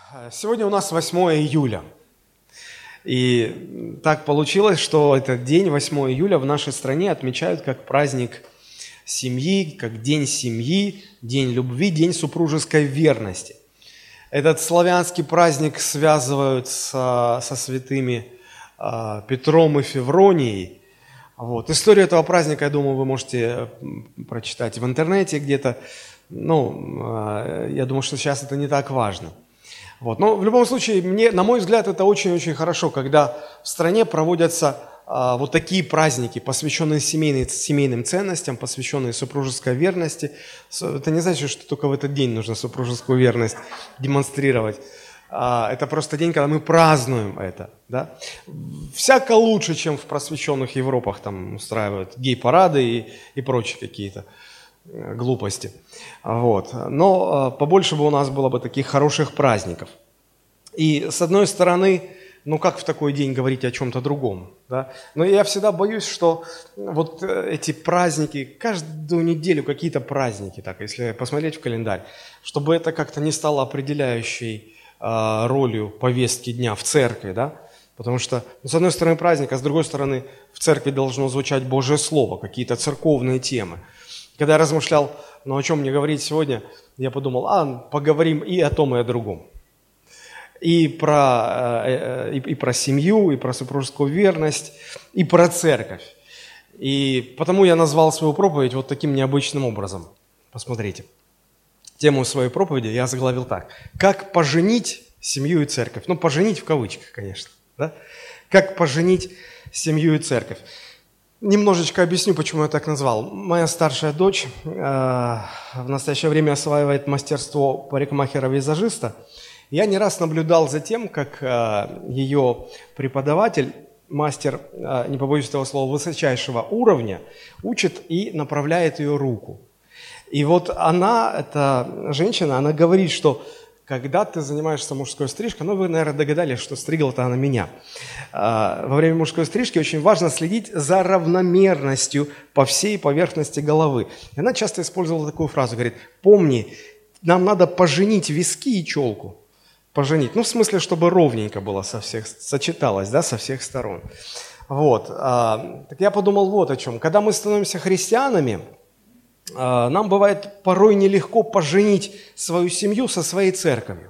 Сегодня у нас 8 июля. И так получилось, что этот день, 8 июля, в нашей стране отмечают как праздник семьи, как День семьи, День любви, День супружеской верности. Этот славянский праздник связывают со святыми Петром и Февронией. Историю этого праздника, я думаю, вы можете прочитать в интернете где-то. Я думаю, что сейчас это не так важно. Но в любом случае, на мой взгляд, это очень-очень хорошо, когда в стране проводятся вот такие праздники, посвященные семейным ценностям, посвященные супружеской верности. Это не значит, что только в этот день нужно супружескую верность демонстрировать. Это просто день, когда мы празднуем это. Да? Всяко лучше, чем в просвещенных Европах там устраивают гей-парады и прочие какие-то глупости. Но побольше бы у нас было бы таких хороших праздников. И с одной стороны, как в такой день говорить о чем-то другом? Да? Но я всегда боюсь, что вот эти праздники, каждую неделю какие-то праздники, так, если посмотреть в календарь, чтобы это как-то не стало определяющей ролью повестки дня в церкви, да? Потому что, с одной стороны, праздник, а с другой стороны, в церкви должно звучать Божье Слово, какие-то церковные темы. Когда я размышлял, о чем мне говорить сегодня, я подумал, поговорим и о том, и о другом. И про семью, и про супружескую верность, и про церковь. И потому я назвал свою проповедь вот таким необычным образом. Посмотрите. Тему своей проповеди я заглавил так. Как поженить семью и церковь? Поженить в кавычках, конечно. Да? Как поженить семью и церковь? Немножечко объясню, почему я так назвал. Моя старшая дочь в настоящее время осваивает мастерство парикмахера-визажиста. Я не раз наблюдал за тем, как ее преподаватель, мастер, не побоюсь этого слова, высочайшего уровня, учит и направляет ее руку. И вот она, эта женщина, она говорит, что когда ты занимаешься мужской стрижкой, вы, наверное, догадались, что стригла-то она меня. Во время мужской стрижки очень важно следить за равномерностью по всей поверхности головы. И она часто использовала такую фразу, говорит, помни, нам надо поженить виски и челку. Поженить, в смысле, чтобы ровненько было сочеталось, да, со всех сторон. Так я подумал вот о чем. Когда мы становимся христианами, нам бывает порой нелегко поженить свою семью со своей церковью.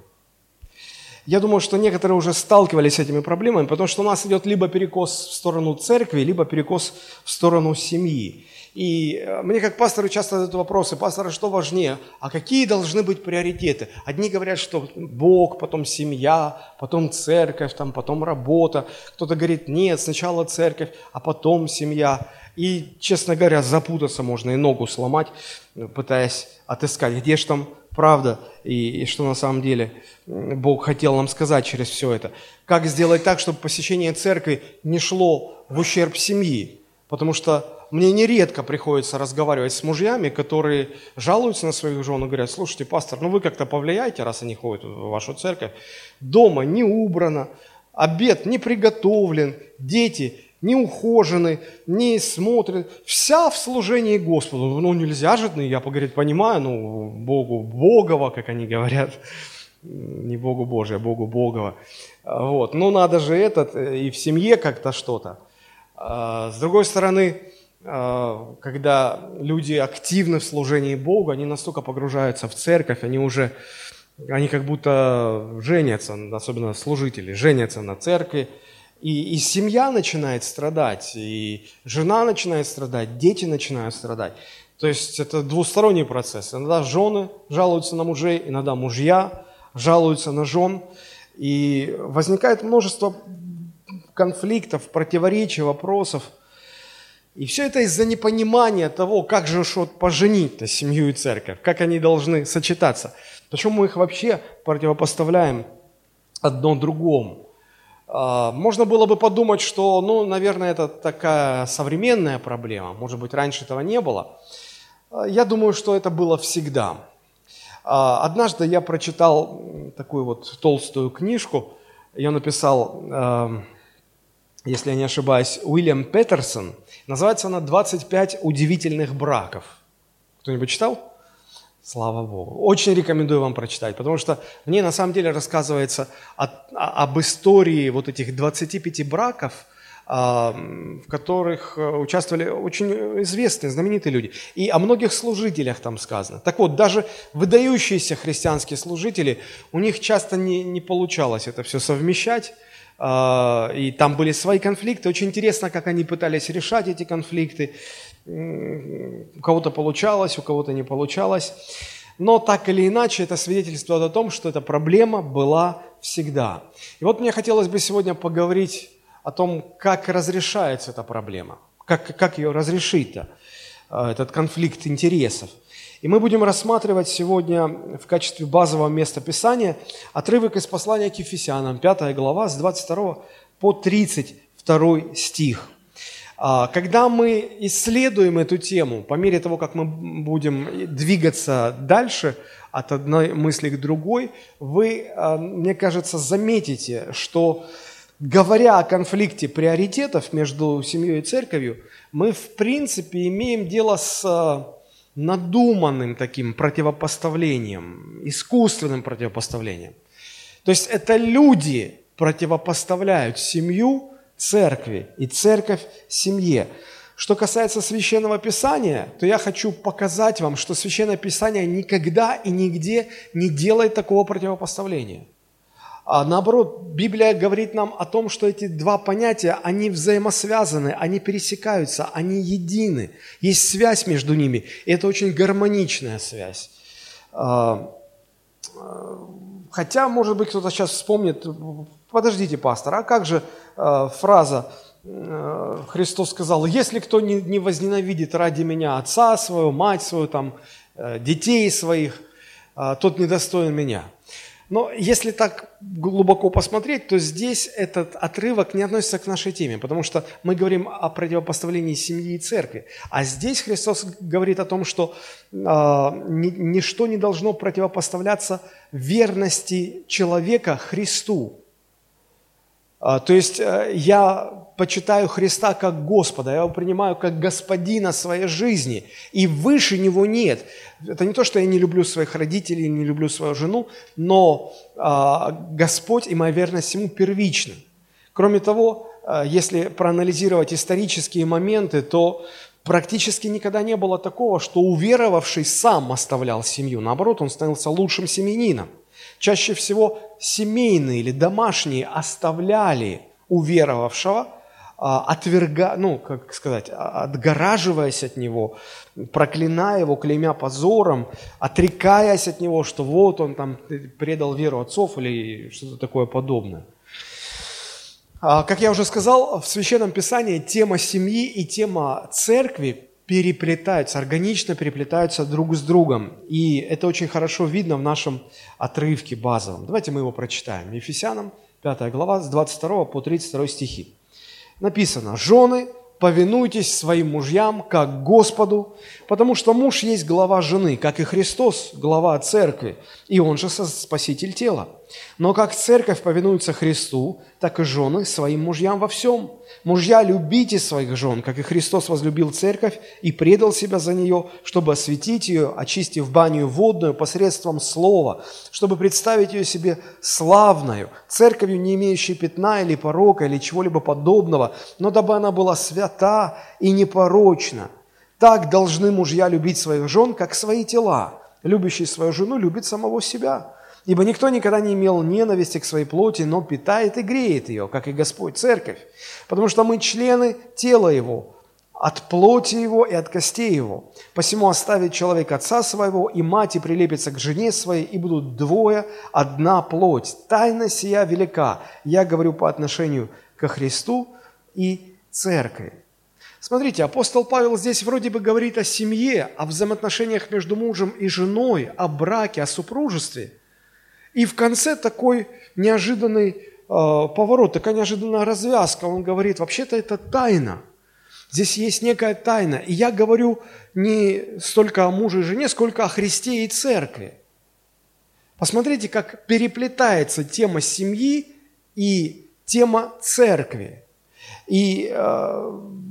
Я думаю, что некоторые уже сталкивались с этими проблемами, потому что у нас идет либо перекос в сторону церкви, либо перекос в сторону семьи. И мне как пастору часто задают вопросы, пастор, что важнее, а какие должны быть приоритеты? Одни говорят, что Бог, потом семья, потом церковь, потом работа. Кто-то говорит, нет, сначала церковь, а потом семья. И, честно говоря, запутаться можно и ногу сломать, пытаясь отыскать, где же там правда и что на самом деле Бог хотел нам сказать через все это. Как сделать так, чтобы посещение церкви не шло в ущерб семьи? Потому что мне нередко приходится разговаривать с мужьями, которые жалуются на своих жен и говорят, слушайте, пастор, вы как-то повлияете, раз они ходят в вашу церковь. Дома не убрано, обед не приготовлен, дети не ухожены, не смотрят. Вся в служении Господу. Нельзя же, я, говорит, понимаю, Богу Богово, как они говорят. Не Богу Божию, а Богу Богово. Надо же и в семье как-то что-то. С другой стороны, когда люди активны в служении Богу, они настолько погружаются в церковь, они как будто женятся, особенно служители, женятся на церкви, и семья начинает страдать, и жена начинает страдать, дети начинают страдать. То есть это двусторонний процесс. Иногда жены жалуются на мужей, иногда мужья жалуются на жен, и возникает множество конфликтов, противоречий, вопросов. И все это из-за непонимания того, как же поженить-то семью и церковь, как они должны сочетаться. Почему мы их вообще противопоставляем одно другому? Можно было бы подумать, что, наверное, это такая современная проблема. Может быть, раньше этого не было. Я думаю, что это было всегда. Однажды я прочитал такую толстую книжку. Ее написал, если я не ошибаюсь, Уильям Петерсон. Называется она «25 удивительных браков». Кто-нибудь читал? Слава Богу. Очень рекомендую вам прочитать, потому что в ней на самом деле рассказывается об истории вот этих 25 браков, в которых участвовали очень известные, знаменитые люди. И о многих служителях там сказано. Так вот, даже выдающиеся христианские служители, у них часто не получалось это все совмещать. И там были свои конфликты. Очень интересно, как они пытались решать эти конфликты. У кого-то получалось, у кого-то не получалось. Но так или иначе, это свидетельствует о том, что эта проблема была всегда. И вот мне хотелось бы сегодня поговорить о том, как разрешается эта проблема, как ее разрешить-то, этот конфликт интересов. И мы будем рассматривать сегодня в качестве базового места Писания отрывок из послания к Ефесянам, 5 глава, с 22 по 32 стих. Когда мы исследуем эту тему, по мере того, как мы будем двигаться дальше от одной мысли к другой, вы, мне кажется, заметите, что, говоря о конфликте приоритетов между семьей и церковью, мы, в принципе, имеем дело с надуманным таким противопоставлением, искусственным противопоставлением. То есть это люди противопоставляют семью церкви и церковь семье. Что касается Священного Писания, то я хочу показать вам, что Священное Писание никогда и нигде не делает такого противопоставления. А наоборот, Библия говорит нам о том, что эти два понятия, они взаимосвязаны, они пересекаются, они едины. Есть связь между ними, и это очень гармоничная связь. Хотя, может быть, кто-то сейчас вспомнит, подождите, пастор, а как же фраза, Христос сказал, если кто не возненавидит ради меня отца своего, мать свою, там, детей своих, тот недостоин меня. Но если так глубоко посмотреть, то здесь этот отрывок не относится к нашей теме, потому что мы говорим о противопоставлении семьи и церкви. А здесь Христос говорит о том, что ничто не должно противопоставляться верности человека Христу. То есть я почитаю Христа как Господа, я его принимаю как Господина своей жизни, и выше Него нет. Это не то, что я не люблю своих родителей, не люблю свою жену, но Господь и моя верность Ему первична. Кроме того, если проанализировать исторические моменты, то практически никогда не было такого, что уверовавший сам оставлял семью. Наоборот, он становился лучшим семьянином. Чаще всего семейные или домашние оставляли уверовавшего, отгораживаясь от него, проклиная его, клеймя позором, отрекаясь от него, что вот он там предал веру отцов или что-то такое подобное. Как я уже сказал, в Священном Писании тема семьи и тема церкви переплетаются, органично переплетаются друг с другом. И это очень хорошо видно в нашем отрывке базовом. Давайте мы его прочитаем. Ефесянам, 5 глава, с 22 по 32 стихи. Написано: «Жены, повинуйтесь своим мужьям, как Господу, потому что муж есть глава жены, как и Христос, глава церкви, и он же спаситель тела. Но как церковь повинуется Христу, так и жены своим мужьям во всем. Мужья, любите своих жен, как и Христос возлюбил церковь и предал себя за нее, чтобы осветить ее, очистив баню водную посредством слова, чтобы представить ее себе славною, церковью, не имеющей пятна или порока, или чего-либо подобного, но дабы она была свята и непорочна. Так должны мужья любить своих жен, как свои тела. Любящий свою жену любит самого себя. Ибо никто никогда не имел ненависти к своей плоти, но питает и греет ее, как и Господь церковь. Потому что мы члены тела Его, от плоти Его и от костей Его. Посему оставит человек отца своего, и мать, и прилепится к жене своей, и будут двое, одна плоть. Тайна сия велика. Я говорю по отношению ко Христу и церкви». Смотрите, апостол Павел здесь вроде бы говорит о семье, о взаимоотношениях между мужем и женой, о браке, о супружестве. И в конце такой неожиданный поворот, такая неожиданная развязка. Он говорит, вообще-то это тайна. Здесь есть некая тайна. И я говорю не столько о муже и жене, сколько о Христе и церкви. Посмотрите, как переплетается тема семьи и тема церкви. И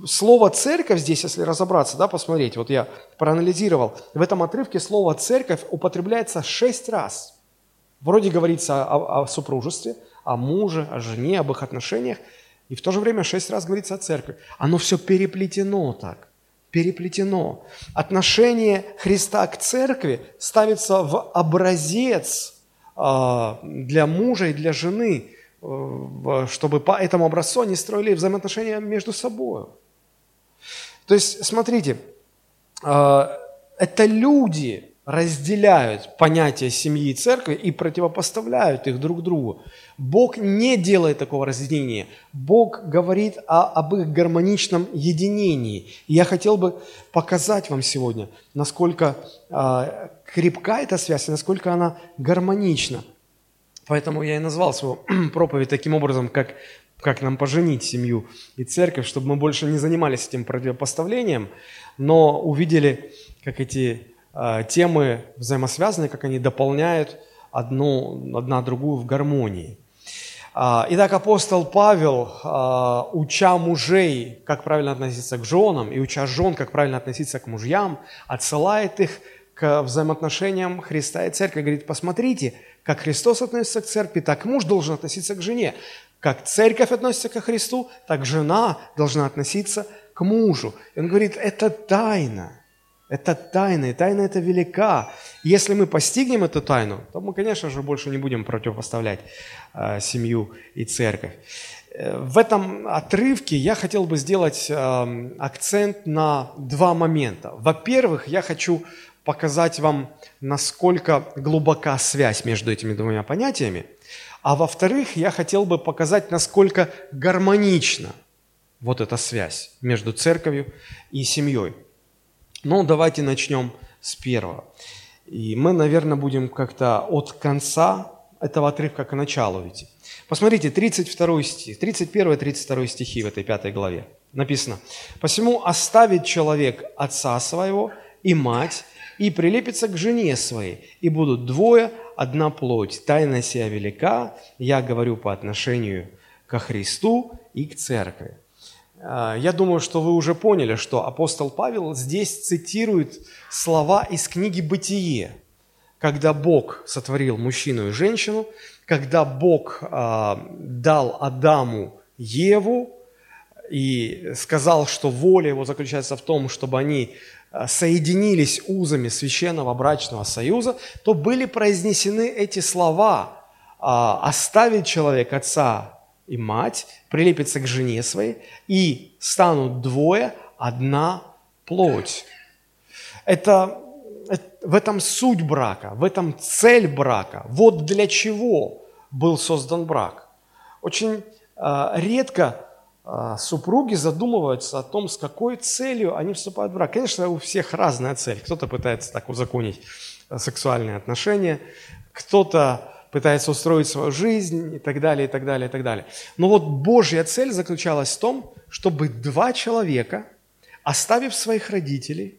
слово «церковь» здесь, если разобраться, да, посмотреть, вот я проанализировал, в этом отрывке слово «церковь» употребляется 6 раз. Вроде говорится о супружестве, о муже, о жене, об их отношениях, и в то же время 6 раз говорится о церкви. Оно все переплетено так, переплетено. Отношение Христа к церкви ставится в образец для мужа и для жены, чтобы по этому образцу они строили взаимоотношения между собой. То есть, смотрите, это люди разделяют понятие семьи и церкви и противопоставляют их друг другу. Бог не делает такого разделения. Бог говорит об их гармоничном единении. И я хотел бы показать вам сегодня, насколько крепка эта связь и насколько она гармонична. Поэтому я и назвал свою проповедь таким образом, как нам поженить семью и церковь, чтобы мы больше не занимались этим противопоставлением, но увидели, как эти темы взаимосвязаны, как они дополняют одна другую в гармонии. Итак, апостол Павел, уча мужей, как правильно относиться к женам, и уча жен, как правильно относиться к мужьям, отсылает их к взаимоотношениям Христа и церкви. Говорит, посмотрите, как Христос относится к церкви, так муж должен относиться к жене. Как церковь относится ко Христу, так жена должна относиться к мужу. И он говорит, это тайна. Это тайна, и тайна эта велика. Если мы постигнем эту тайну, то мы, конечно же, больше не будем противопоставлять семью и церковь. В этом отрывке я хотел бы сделать акцент на 2 момента. Во-первых, я хочу показать вам, насколько глубока связь между этими 2 понятиями. А во-вторых, я хотел бы показать, насколько гармонична вот эта связь между церковью и семьей. Ну, давайте начнем с первого. И мы, наверное, будем как-то от конца этого отрывка к началу идти. Посмотрите, 32 стих, 31 и 32 стихи в этой 5 главе. Написано: «Посему оставит человек отца своего и мать, и прилепится к жене своей, и будут двое одна плоть. Тайна сия велика, я говорю по отношению ко Христу и к церкви». Я думаю, что вы уже поняли, что апостол Павел здесь цитирует слова из книги «Бытие», когда Бог сотворил мужчину и женщину, когда Бог дал Адаму Еву и сказал, что воля его заключается в том, чтобы они соединились узами священного брачного союза, то были произнесены эти слова: «Оставит человек отца и мать, прилепится к жене своей, и станут двое одна плоть». В этом суть брака, в этом цель брака. Вот для чего был создан брак. Очень редко супруги задумываются о том, с какой целью они вступают в брак. Конечно, у всех разная цель. Кто-то пытается так узаконить сексуальные отношения, кто-то пытается устроить свою жизнь и так далее, и так далее, и так далее. Но вот Божья цель заключалась в том, чтобы 2 человека, оставив своих родителей,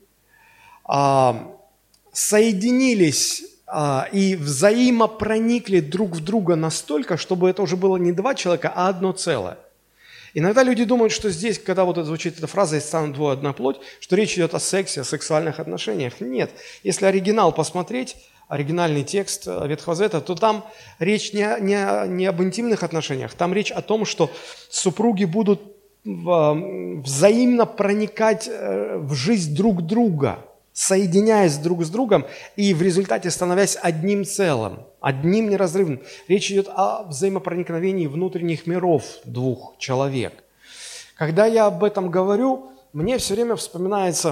соединились и взаимопроникли друг в друга настолько, чтобы это уже было не 2 человека, а одно целое. Иногда люди думают, что здесь, когда вот звучит эта фраза «и станут двое одна плоть», что речь идет о сексе, о сексуальных отношениях. Нет. Если оригинал посмотреть, оригинальный текст Ветхого Завета, то там речь не об интимных отношениях, там речь о том, что супруги будут взаимно проникать в жизнь друг друга, соединяясь друг с другом и в результате становясь одним целым, одним неразрывным. Речь идет о взаимопроникновении внутренних миров 2 человек. Когда я об этом говорю, мне все время вспоминается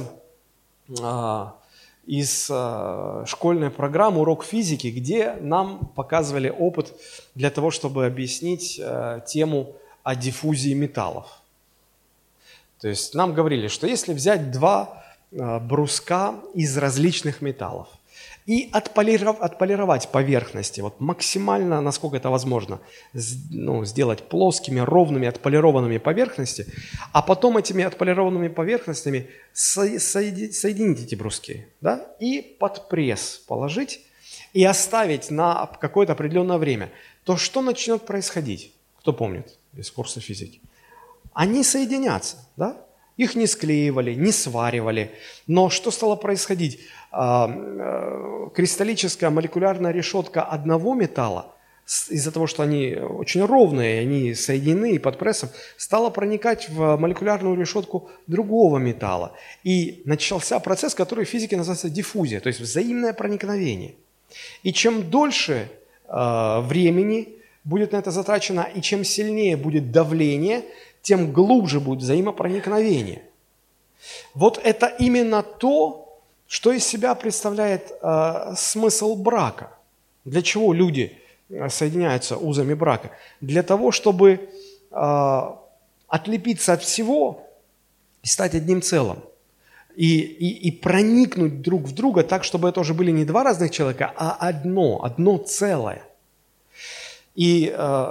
из школьной программы урок физики, где нам показывали опыт для того, чтобы объяснить тему о диффузии металлов. То есть нам говорили, что если взять 2 бруска из различных металлов и отполировать поверхности, вот максимально, насколько это возможно, сделать плоскими, ровными, отполированными поверхности, а потом этими отполированными поверхностями соединить эти бруски, да, и под пресс положить и оставить на какое-то определенное время, то что начнет происходить? Кто помнит из курса физики? Они соединятся, да? Их не склеивали, не сваривали. Но что стало происходить? Кристаллическая молекулярная решетка одного металла, из-за того, что они очень ровные, они соединены и под прессом, стала проникать в молекулярную решетку другого металла. И начался процесс, который в физике называется диффузия, то есть взаимное проникновение. И чем дольше времени будет на это затрачено, и чем сильнее будет давление, тем глубже будет взаимопроникновение. Вот это именно то, что из себя представляет смысл брака. Для чего люди соединяются узами брака? Для того, чтобы отлепиться от всего и стать одним целым. И проникнуть друг в друга так, чтобы это уже были не два разных человека, а одно целое. И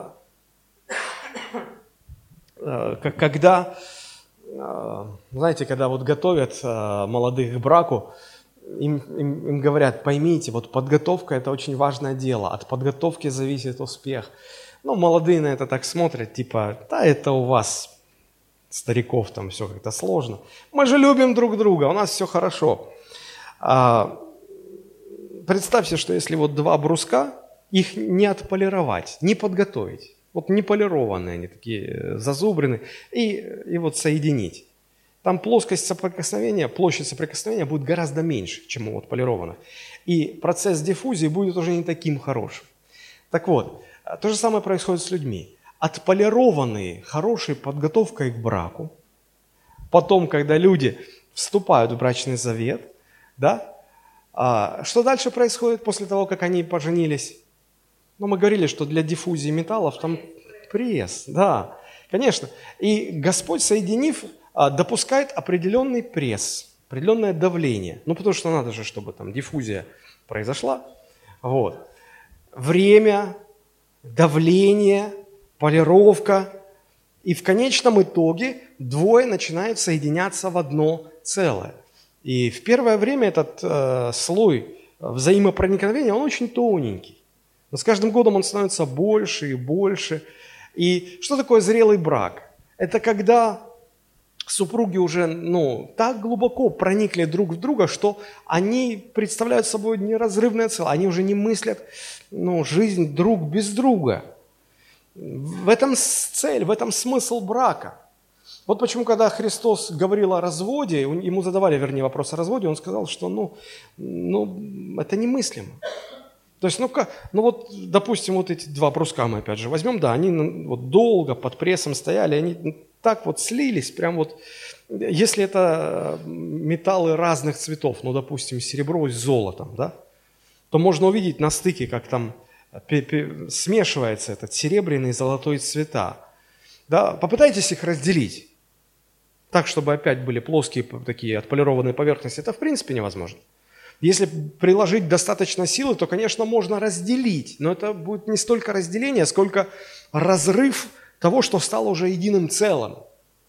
когда, знаете, когда вот готовят молодых к браку, им говорят: поймите, вот подготовка – это очень важное дело, от подготовки зависит успех. Ну, молодые на это так смотрят, типа: да, это у вас, стариков, там все как-то сложно. Мы же любим друг друга, у нас все хорошо. Представьте, что если вот два бруска, их не отполировать, не подготовить, вот не полированные они такие, зазубренные, и вот соединить. Там площадь соприкосновения будет гораздо меньше, чем вот полированных. И процесс диффузии будет уже не таким хорошим. Так вот, то же самое происходит с людьми. Отполированные хорошей подготовкой к браку, потом, когда люди вступают в брачный завет, да, что дальше происходит после того, как они поженились? Ну, мы говорили, что для диффузии металлов там пресс, да, конечно. И Господь, соединив, допускает определенный пресс, определенное давление. Ну, потому что надо же, чтобы там диффузия произошла. Вот. Время, давление, полировка. И в конечном итоге двое начинают соединяться в одно целое. И в первое время этот слой взаимопроникновения, он очень тоненький. Но с каждым годом он становится больше и больше. И что такое зрелый брак? Это когда супруги уже так глубоко проникли друг в друга, что они представляют собой неразрывное целое. Они уже не мыслят жизнь друг без друга. В этом цель, в этом смысл брака. Вот почему, когда Христос говорил о разводе, ему задавали, вопрос о разводе, он сказал, что это немыслимо. То есть, допустим, вот эти два бруска мы опять же возьмем, да, они вот долго под прессом стояли, они так вот слились, прям вот, если это металлы разных цветов, допустим, серебро с золотом, да, то можно увидеть на стыке, как там смешивается этот серебряный и золотой цвета. Да, попытайтесь их разделить так, чтобы опять были плоские такие отполированные поверхности, это в принципе невозможно. Если приложить достаточно силы, то, конечно, можно разделить, но это будет не столько разделение, сколько разрыв того, что стало уже единым целым.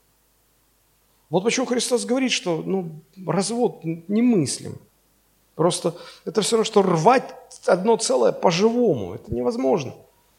Вот почему Христос говорит, что развод немыслим. Просто это все равно, что рвать одно целое по-живому. Это невозможно.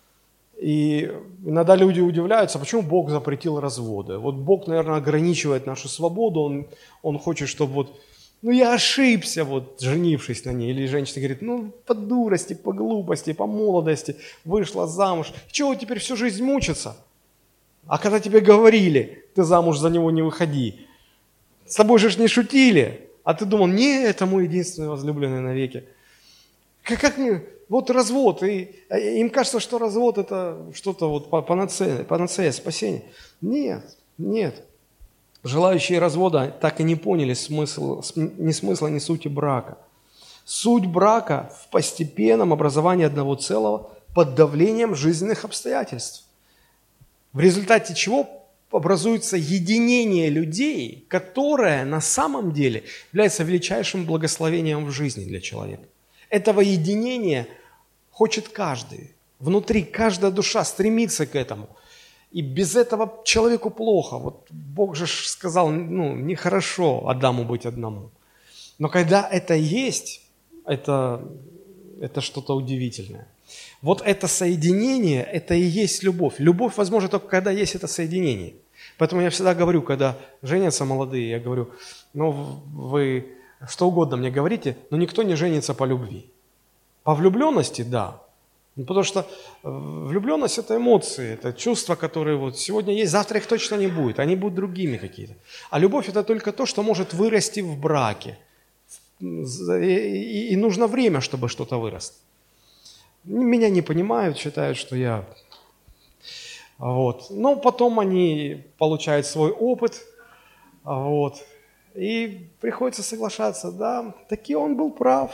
И иногда люди удивляются, почему Бог запретил разводы. Вот Бог, наверное, ограничивает нашу свободу, Он хочет, чтобы я ошибся, женившись на ней. Или женщина говорит, по дурости, по глупости, по молодости вышла замуж. Чего теперь всю жизнь мучиться? А когда тебе говорили, ты замуж за него не выходи, с тобой же не шутили, а ты думал, нет, это мой единственный возлюбленный навеки. Как мне, развод, и им кажется, что развод это что-то панацея, спасение. Нет. Желающие развода так и не поняли ни смысла, ни сути брака. Суть брака в постепенном образовании одного целого под давлением жизненных обстоятельств. В результате чего образуется единение людей, которое на самом деле является величайшим благословением в жизни для человека. Этого единения хочет каждый. Внутри каждая душа стремится к этому. И без этого человеку плохо. Бог же сказал, нехорошо Адаму быть одному. Но когда это есть, это что-то удивительное. Вот это соединение, это и есть любовь. Любовь возможна только когда есть это соединение. Поэтому я всегда говорю, когда женятся молодые, я говорю, ну вы что угодно мне говорите, но никто не женится по любви. По влюбленности – да. Ну, потому что влюбленность – это эмоции, это чувства, которые вот сегодня есть, завтра их точно не будет, они будут другими какие-то. А любовь – это только то, что может вырасти в браке. И нужно время, чтобы что-то выросло. Меня не понимают, считают, что я… Вот. Но потом они получают свой опыт, вот, и приходится соглашаться, да, таки он был прав.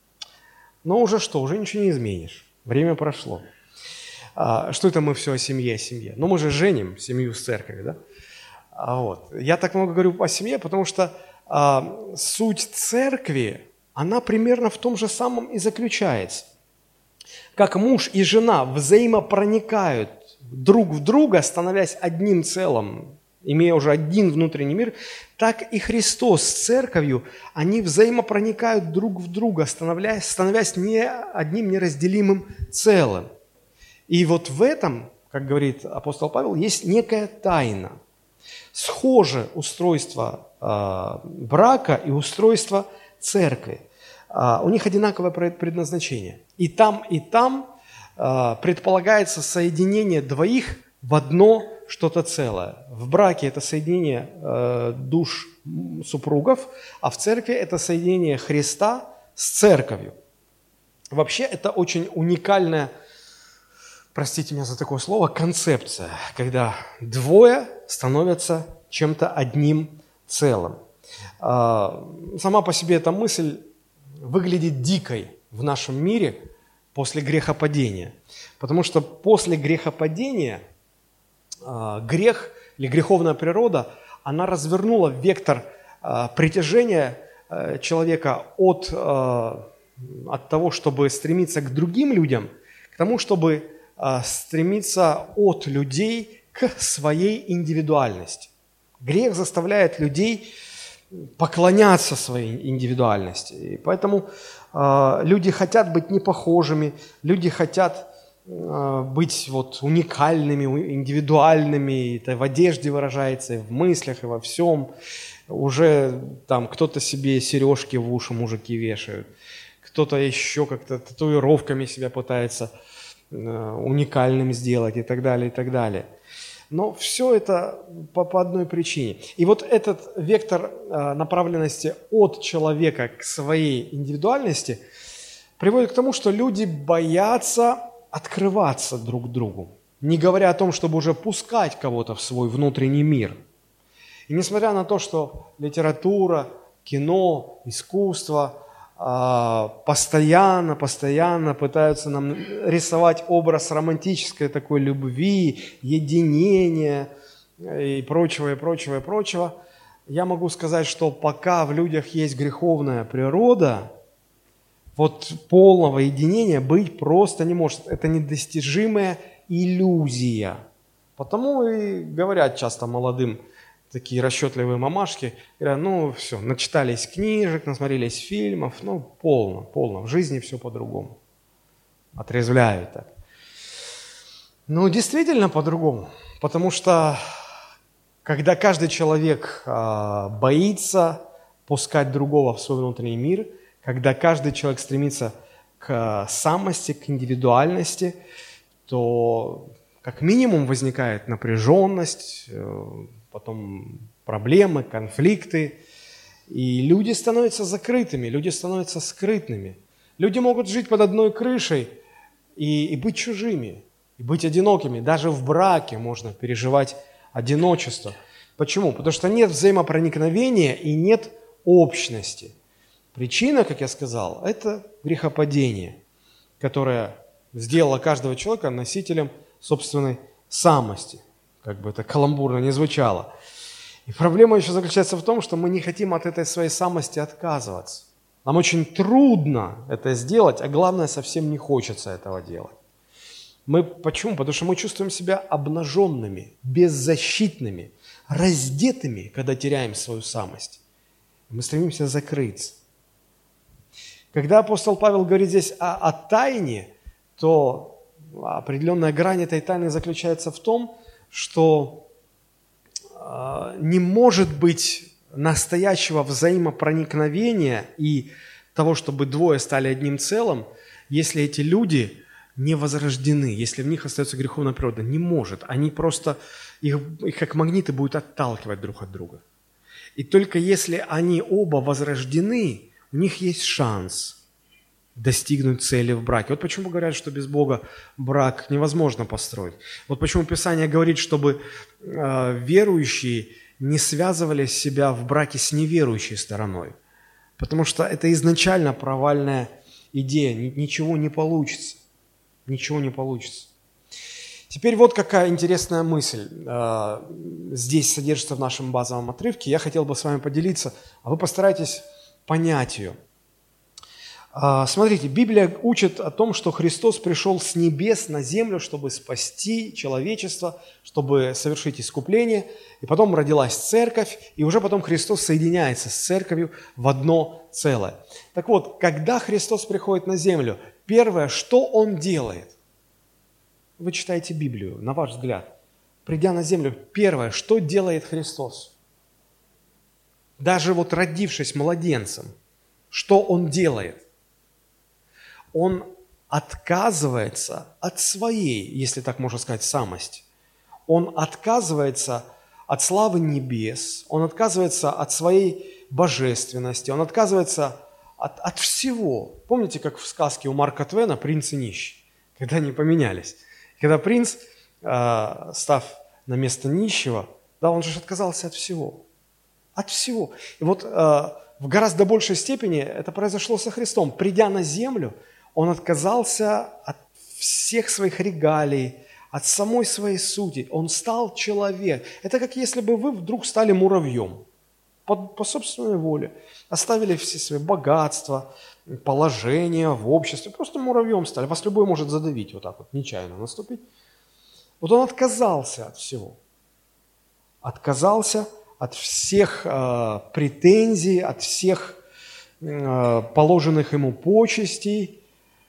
Но уже что, уже ничего не изменишь. Время прошло. Что это мы все о семье, Ну, мы же женим семью с церковью, да? Вот. Я так много говорю о семье, потому что суть церкви, она примерно в том же самом и заключается. Как муж и жена взаимопроникают друг в друга, становясь одним целым, имея уже один внутренний мир, так и Христос с церковью, они взаимопроникают друг в друга, становясь не одним неразделимым целым. И вот в этом, как говорит апостол Павел, есть некая тайна. Схоже устройство брака и устройство церкви. У них одинаковое предназначение. И там предполагается соединение двоих в одно что-то целое. В браке это соединение душ супругов, а в церкви это соединение Христа с церковью. Вообще это очень уникальная, простите меня за такое слово, концепция, когда двое становятся чем-то одним целым. Сама по себе эта мысль выглядит дикой в нашем мире после грехопадения. Потому что после грехопадения грех или греховная природа, она развернула вектор притяжения человека от того, чтобы стремиться к другим людям, к тому, чтобы стремиться от людей к своей индивидуальности. Грех заставляет людей поклоняться своей индивидуальности. И поэтому люди хотят быть непохожими, люди хотят быть вот уникальными, индивидуальными. Это в одежде выражается, и в мыслях, и во всем. Уже там кто-то себе сережки в уши мужики вешают, кто-то еще как-то татуировками себя пытается уникальным сделать и так далее, и так далее. Но все это по одной причине. И вот этот вектор направленности от человека к своей индивидуальности приводит к тому, что люди боятся открываться друг другу, не говоря о том, чтобы уже пускать кого-то в свой внутренний мир. И несмотря на то, что литература, кино, искусство постоянно пытаются нам рисовать образ романтической такой любви, единения и прочего, я могу сказать, что пока в людях есть греховная природа, вот полного единения быть просто не может. Это недостижимая иллюзия. Потому и говорят часто молодым такие расчетливые мамашки, говорят, ну все, начитались книжек, насмотрелись фильмов, ну полно, в жизни все по-другому. Отрезвляют так. Ну действительно по-другому, потому что когда каждый человек боится пускать другого в свой внутренний мир, когда каждый человек стремится к самости, к индивидуальности, то как минимум возникает напряженность, потом проблемы, конфликты, и люди становятся закрытыми, люди становятся скрытными. Люди могут жить под одной крышей и быть чужими, и быть одинокими. Даже в браке можно переживать одиночество. Почему? Потому что нет взаимопроникновения и нет общности. Причина, как я сказал, это грехопадение, которое сделало каждого человека носителем собственной самости. Как бы это каламбурно не звучало. И проблема еще заключается в том, что мы не хотим от этой своей самости отказываться. Нам очень трудно это сделать, а главное, совсем не хочется этого делать. Почему? Потому что мы чувствуем себя обнаженными, беззащитными, раздетыми, когда теряем свою самость. Мы стремимся закрыться. Когда апостол Павел говорит здесь о тайне, то определенная грань этой тайны заключается в том, что не может быть настоящего взаимопроникновения и того, чтобы двое стали одним целым, если эти люди не возрождены, если в них остается греховная природа. Не может. Они просто, их как магниты будут отталкивать друг от друга. И только если они оба возрождены, у них есть шанс достигнуть цели в браке. Вот почему говорят, что без Бога брак невозможно построить. Вот почему Писание говорит, чтобы верующие не связывали себя в браке с неверующей стороной. Потому что это изначально провальная идея. Ничего не получится. Ничего не получится. Теперь вот какая интересная мысль здесь содержится в нашем базовом отрывке. Я хотел бы с вами поделиться, а вы постарайтесь понять ее. Смотрите, Библия учит о том, что Христос пришел с небес на землю, чтобы спасти человечество, чтобы совершить искупление. И потом родилась церковь, и уже потом Христос соединяется с церковью в одно целое. Так вот, когда Христос приходит на землю, первое, что Он делает? Вы читаете Библию, на ваш взгляд. Придя на землю, первое, что делает Христос? Даже вот родившись младенцем, что Он делает? Он отказывается от своей, если так можно сказать, самости. Он отказывается от славы небес, он отказывается от своей божественности, он отказывается от всего. Помните, как в сказке у Марка Твена «Принц и нищий», когда они поменялись? Когда принц, став на место нищего, да, он же отказался от всего. От всего. И вот в гораздо большей степени это произошло со Христом. Придя на землю, Он отказался от всех своих регалий, от самой своей сути. Он стал человек. Это как если бы вы вдруг стали муравьем по собственной воле. Оставили все свои богатства, положение в обществе. Просто муравьем стали. Вас любой может задавить вот так вот, нечаянно наступить. Вот он отказался от всего. Отказался от всех претензий, от всех положенных ему почестей.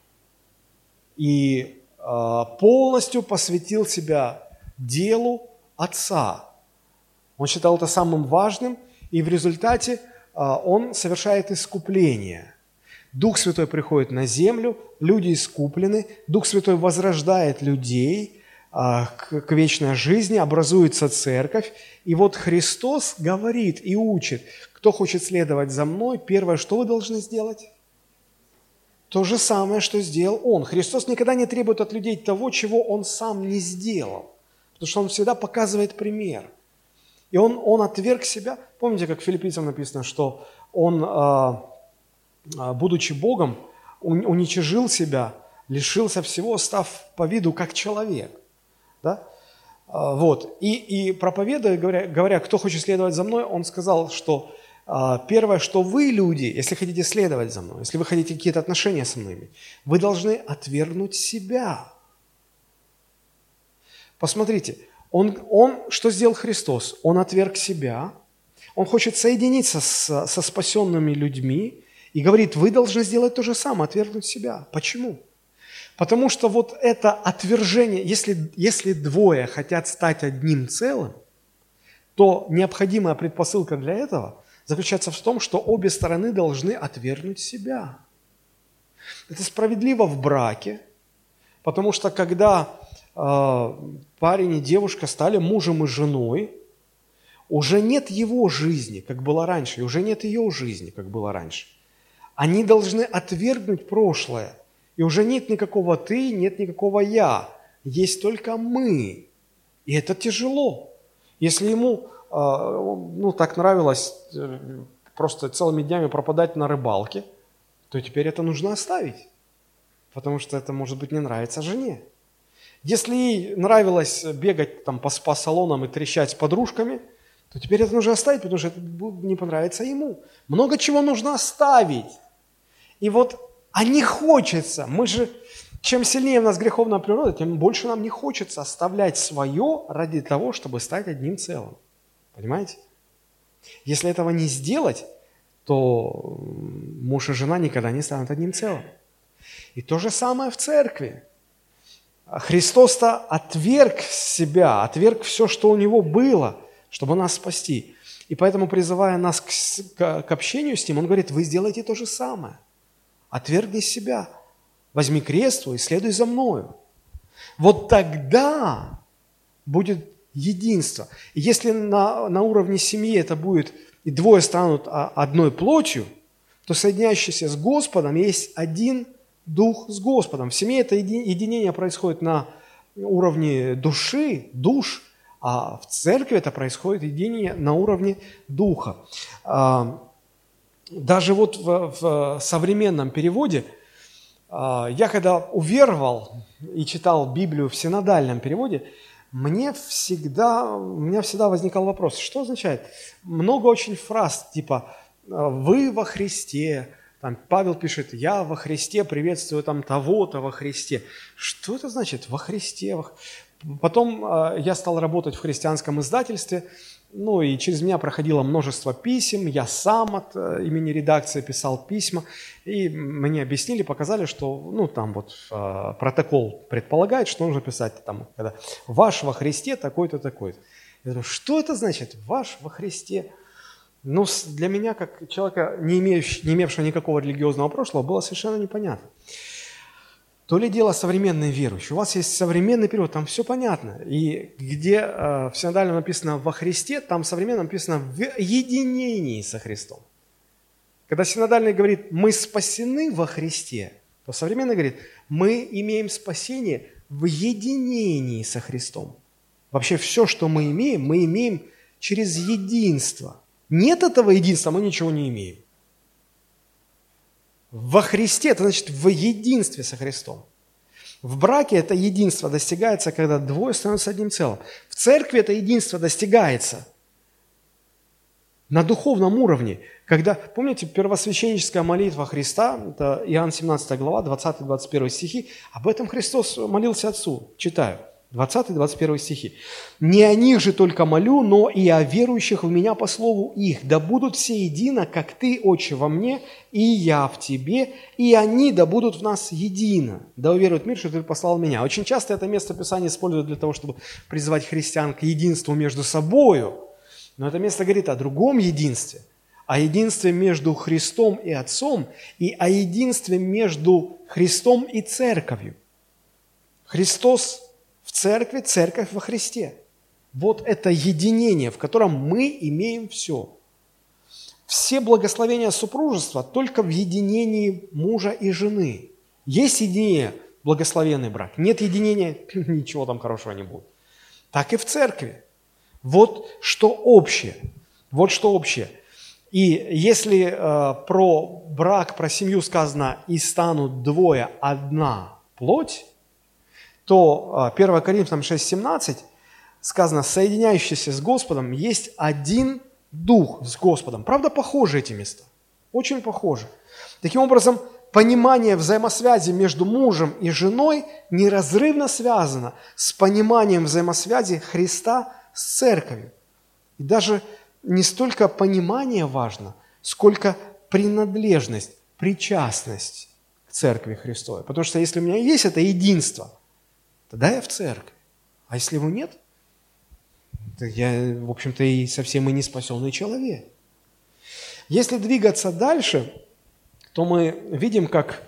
И полностью посвятил себя делу Отца. Он считал это самым важным, и в результате он совершает искупление. Дух Святой приходит на землю, люди искуплены, Дух Святой возрождает людей к вечной жизни, образуется церковь. И вот Христос говорит и учит, кто хочет следовать за мной, первое, что вы должны сделать? То же самое, что сделал Он. Христос никогда не требует от людей того, чего Он сам не сделал, потому что Он всегда показывает пример. И он отверг себя. Помните, как в Филиппийцам написано, что Он, будучи Богом, уничижил себя, лишился всего, став по виду как человек. Да? Вот. И проповедуя, говоря, кто хочет следовать за мной, Он сказал, что первое, что вы, люди, если хотите следовать за мной, если вы хотите какие-то отношения со мной, вы должны отвергнуть себя. Посмотрите, что сделал Христос? Он отверг себя, Он хочет соединиться со спасенными людьми и говорит, вы должны сделать то же самое, отвергнуть себя. Почему? Потому что вот это отвержение, если двое хотят стать одним целым, то необходимая предпосылка для этого заключается в том, что обе стороны должны отвергнуть себя. Это справедливо в браке, потому что когда парень и девушка стали мужем и женой, уже нет его жизни, как было раньше, и уже нет ее жизни, как было раньше. Они должны отвергнуть прошлое, и уже нет никакого «ты», нет никакого «я», есть только «мы». И это тяжело. Если ему так нравилось просто целыми днями пропадать на рыбалке, то теперь это нужно оставить, потому что это, может быть, не нравится жене. Если ей нравилось бегать там по спа-салонам и трещать с подружками, то теперь это нужно оставить, потому что это не понравится ему. Много чего нужно оставить. И вот, не хочется. Чем сильнее у нас греховная природа, тем больше нам не хочется оставлять свое ради того, чтобы стать одним целым. Понимаете? Если этого не сделать, то муж и жена никогда не станут одним целым. И то же самое в церкви. Христос-то отверг себя, отверг все, что у него было, чтобы нас спасти. И поэтому, призывая нас к общению с Ним, Он говорит, вы сделайте то же самое. Отвергни себя, возьми крест твой и следуй за мною. Вот тогда будет единство. И если на уровне семьи это будет, и двое станут одной плотью, то соединяющийся с Господом есть один дух с Господом. В семье это единение происходит на уровне души, душ, а в церкви это происходит единение на уровне духа. Даже вот в современном переводе, я когда уверовал и читал Библию в синодальном переводе, у меня всегда возникал вопрос, что означает? Много очень фраз, типа «вы во Христе», там Павел пишет «я во Христе приветствую там того-то во Христе». Что это значит «во Христе»? Потом я стал работать в христианском издательстве, и через меня проходило множество писем, я сам от имени редакции писал письма, и мне объяснили, показали, что, протокол предполагает, что нужно писать там, когда «ваш во Христе такой-то, такой-то». Я думаю, что это значит «ваш во Христе»? Для меня, как человека, не имевшего никакого религиозного прошлого, было совершенно непонятно. То ли дело современные верующие. У вас есть современный перевод, там все понятно. И где в синодальном написано «во Христе», там в современном написано «в единении со Христом». Когда синодальный говорит «мы спасены во Христе», то современный говорит «мы имеем спасение в единении со Христом». Вообще все, что мы имеем через единство. Нет этого единства, мы ничего не имеем. Во Христе, это значит в единстве со Христом. В браке это единство достигается, когда двое становятся одним целым. В церкви это единство достигается на духовном уровне. Когда, помните, первосвященническая молитва Христа, это Иоанн 17 глава, 20-21 стихи, об этом Христос молился Отцу. Читаю. 20-21 стихи. «Не о них же только молю, но и о верующих в Меня по слову их. Да будут все едино, как Ты, Отче, во Мне, и Я в Тебе, и они да будут в нас едино. Да уверует мир, что Ты послал Меня». Очень часто это место Писания используют для того, чтобы призвать христиан к единству между собою. Но это место говорит о другом единстве. О единстве между Христом и Отцом, и о единстве между Христом и Церковью. Христос в церкви, церковь во Христе. Вот это единение, в котором мы имеем все. Все благословения супружества только в единении мужа и жены. Есть единение, благословенный брак. Нет единения, ничего там хорошего не будет. Так и в церкви. Вот что общее. Вот что общее. И если про брак, про семью сказано «и станут двое одна плоть», то 1 Коринфянам 6:17 сказано, соединяющийся с Господом есть один дух с Господом. Правда, похожи эти места? Очень похожи. Таким образом, понимание взаимосвязи между мужем и женой неразрывно связано с пониманием взаимосвязи Христа с церковью. И даже не столько понимание важно, сколько принадлежность, причастность к церкви Христовой. Потому что если у меня есть это единство, тогда я в церкви. А если его нет, то я, в общем-то, и совсем и не спасенный человек. Если двигаться дальше, то мы видим, как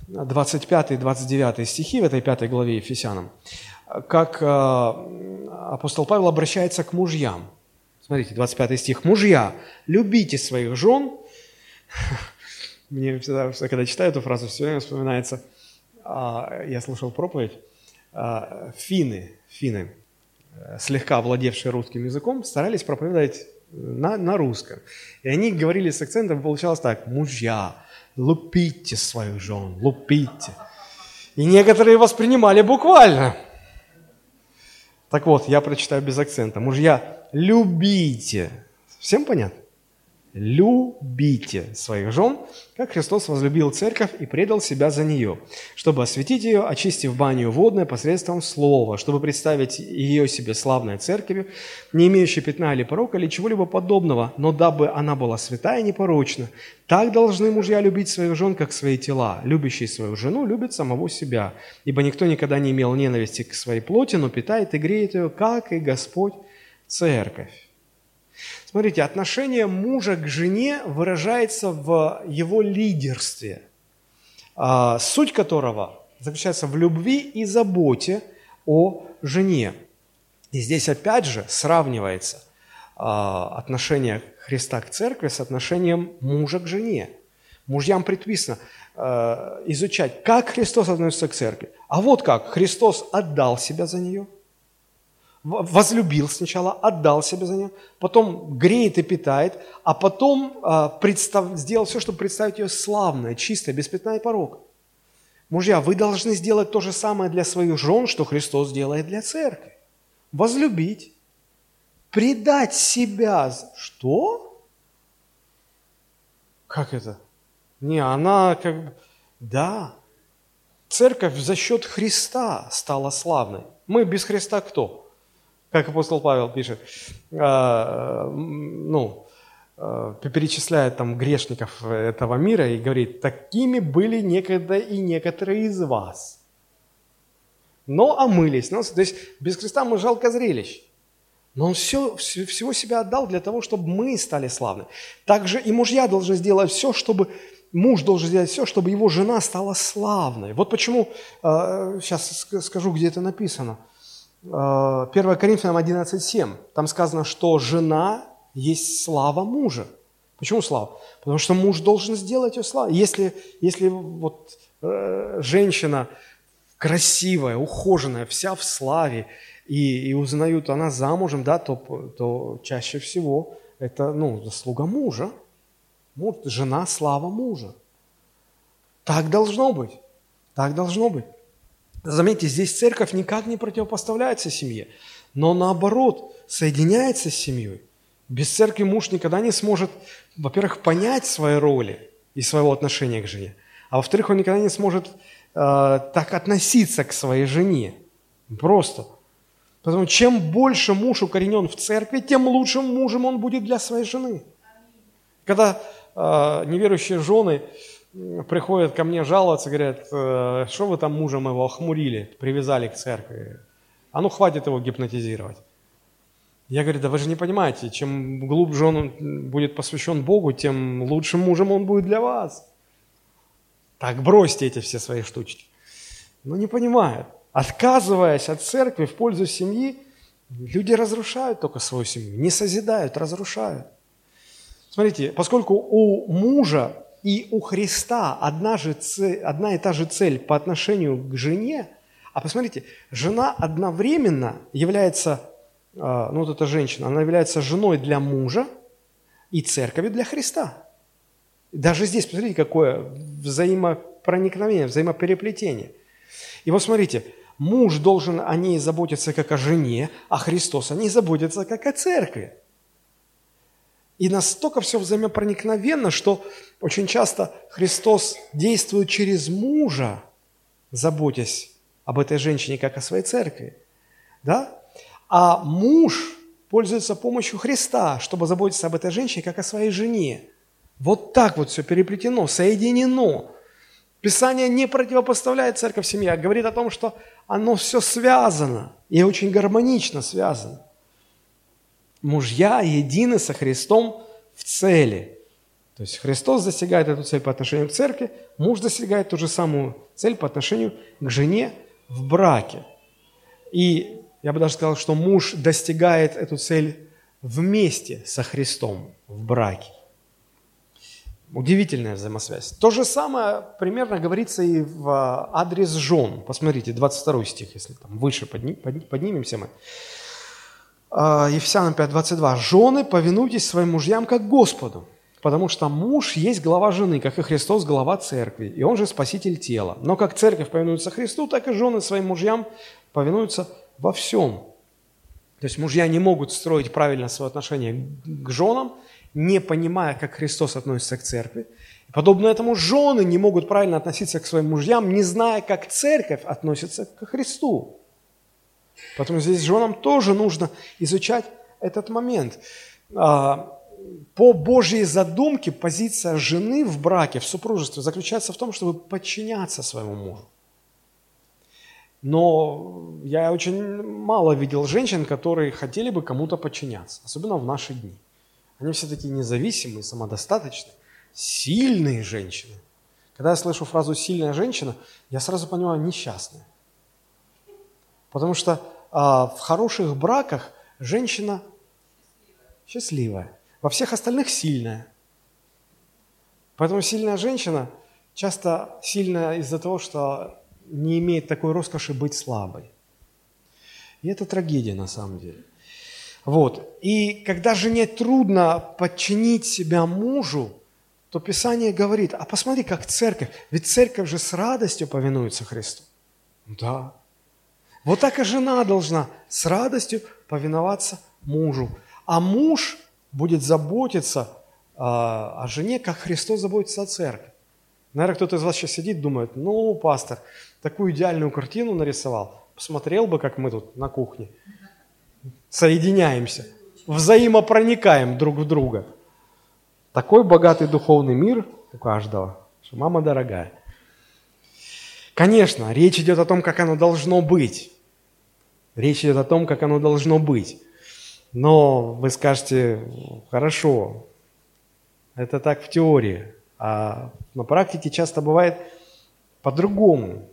25-29 стихи в этой 5 главе Ефесянам, как апостол Павел обращается к мужьям. Смотрите, 25 стих. «Мужья, любите своих жен». Мне всегда, когда читаю эту фразу, все время вспоминается, я слушал проповедь, финны, слегка овладевшие русским языком, старались проповедовать на русском. И они говорили с акцентом, получалось так: «Мужья, лупите своих жен, лупите». И некоторые воспринимали буквально. Так вот, я прочитаю без акцента. «Мужья, любите». Всем понятно? Любите своих жен, как Христос возлюбил церковь и предал себя за нее, чтобы осветить ее, очистив баню водной посредством слова, чтобы представить ее себе славной церковью, не имеющей пятна или порока, или чего-либо подобного, но дабы она была святая и непорочна. Так должны мужья любить своих жен, как свои тела. Любящий свою жену любит самого себя, ибо никто никогда не имел ненависти к своей плоти, но питает и греет ее, как и Господь церковь. Смотрите, отношение мужа к жене выражается в его лидерстве, суть которого заключается в любви и заботе о жене. И здесь опять же сравнивается отношение Христа к церкви с отношением мужа к жене. Мужьям предписано изучать, как Христос относится к церкви. А вот как Христос отдал себя за нее, возлюбил сначала, отдал себя за нее, потом греет и питает, а потом сделал все, чтобы представить ее славной, чистой, без пятна и порока. Мужья, вы должны сделать то же самое для своих жен, что Христос делает для церкви. Возлюбить, предать себя. Что? Как это? Не, она как бы... Да, церковь за счет Христа стала славной. Мы без Христа кто? Как апостол Павел пишет, перечисляет там грешников этого мира и говорит, такими были некогда и некоторые из вас. Но омылись. То есть без Христа мы жалко зрелищ. Но Он всего себя отдал для того, чтобы мы стали славны. Также и мужья должны сделать все, муж должен сделать все, чтобы его жена стала славной. Вот почему, сейчас скажу, где это написано. 1 Коринфянам 11:7. Там сказано, что жена есть слава мужа. Почему слава? Потому что муж должен сделать ее славой. Если женщина красивая, ухоженная, вся в славе, и узнают, она замужем, да, то чаще всего это заслуга мужа. Жена – слава мужа. Так должно быть. Так должно быть. Заметьте, здесь церковь никак не противопоставляется семье, но наоборот, соединяется с семьей. Без церкви муж никогда не сможет, во-первых, понять свои роли и своего отношения к жене, а во-вторых, он никогда не сможет так относиться к своей жене. Просто. Потому чем больше муж укоренен в церкви, тем лучшим мужем он будет для своей жены. Когда неверующие жены приходят ко мне жаловаться, говорят, что вы там мужа моего охмурили, привязали к церкви. А ну хватит его гипнотизировать. Я говорю, да вы же не понимаете, чем глубже он будет посвящен Богу, тем лучшим мужем он будет для вас. Так бросьте эти все свои штучки. Но не понимают. Отказываясь от церкви в пользу семьи, люди разрушают только свою семью, не созидают, разрушают. Смотрите, поскольку у мужа и у Христа одна и та же цель по отношению к жене, а посмотрите, жена одновременно является, эта женщина, она является женой для мужа и церковью для Христа. Даже здесь, посмотрите, какое взаимопроникновение, взаимопереплетение. И вот смотрите, муж должен о ней заботиться как о жене, а Христос о ней заботится как о церкви. И настолько все взаимопроникновенно, что очень часто Христос действует через мужа, заботясь об этой женщине, как о своей церкви. Да? А муж пользуется помощью Христа, чтобы заботиться об этой женщине, как о своей жене. Вот так вот все переплетено, соединено. Писание не противопоставляет церковь семье, а говорит о том, что оно все связано и очень гармонично связано. Мужья едины со Христом в цели. То есть Христос достигает эту цель по отношению к церкви, муж достигает ту же самую цель по отношению к жене в браке. И я бы даже сказал, что муж достигает эту цель вместе со Христом в браке. Удивительная взаимосвязь. То же самое примерно говорится и в адрес жен. Посмотрите, 22 стих, если там выше поднимемся мы. Ефесянам 5:22. «Жены, повинуйтесь своим мужьям как Господу, потому что муж есть глава жены, как и Христос глава церкви, и он же спаситель тела. Но как церковь повинуется Христу, так и жены своим мужьям повинуются во всем». То есть мужья не могут строить правильно свое отношение к женам, не понимая, как Христос относится к церкви. И подобно этому жены не могут правильно относиться к своим мужьям, не зная, как церковь относится к Христу. Поэтому здесь женам тоже нужно изучать этот момент. По Божьей задумке позиция жены в браке, в супружестве заключается в том, чтобы подчиняться своему мужу. Но я очень мало видел женщин, которые хотели бы кому-то подчиняться, особенно в наши дни. Они все такие независимые, самодостаточные, сильные женщины. Когда я слышу фразу «сильная женщина», я сразу понимаю «несчастная». Потому что в хороших браках женщина счастливая, во всех остальных сильная. Поэтому сильная женщина часто сильная из-за того, что не имеет такой роскоши быть слабой. И это трагедия на самом деле. Вот. И когда жене трудно подчинить себя мужу, то Писание говорит, а посмотри, как церковь, ведь церковь же с радостью повинуется Христу. Да. Вот так и жена должна с радостью повиноваться мужу. А муж будет заботиться о жене, как Христос заботится о церкви. Наверное, кто-то из вас сейчас сидит, думает, ну, пастор, такую идеальную картину нарисовал. Посмотрел бы, как мы тут на кухне соединяемся, взаимопроникаем друг в друга. Такой богатый духовный мир у каждого, что мама дорогая. Конечно, речь идет о том, как оно должно быть. Речь идет о том, как оно должно быть. Но вы скажете, хорошо, это так в теории, а на практике часто бывает по-другому.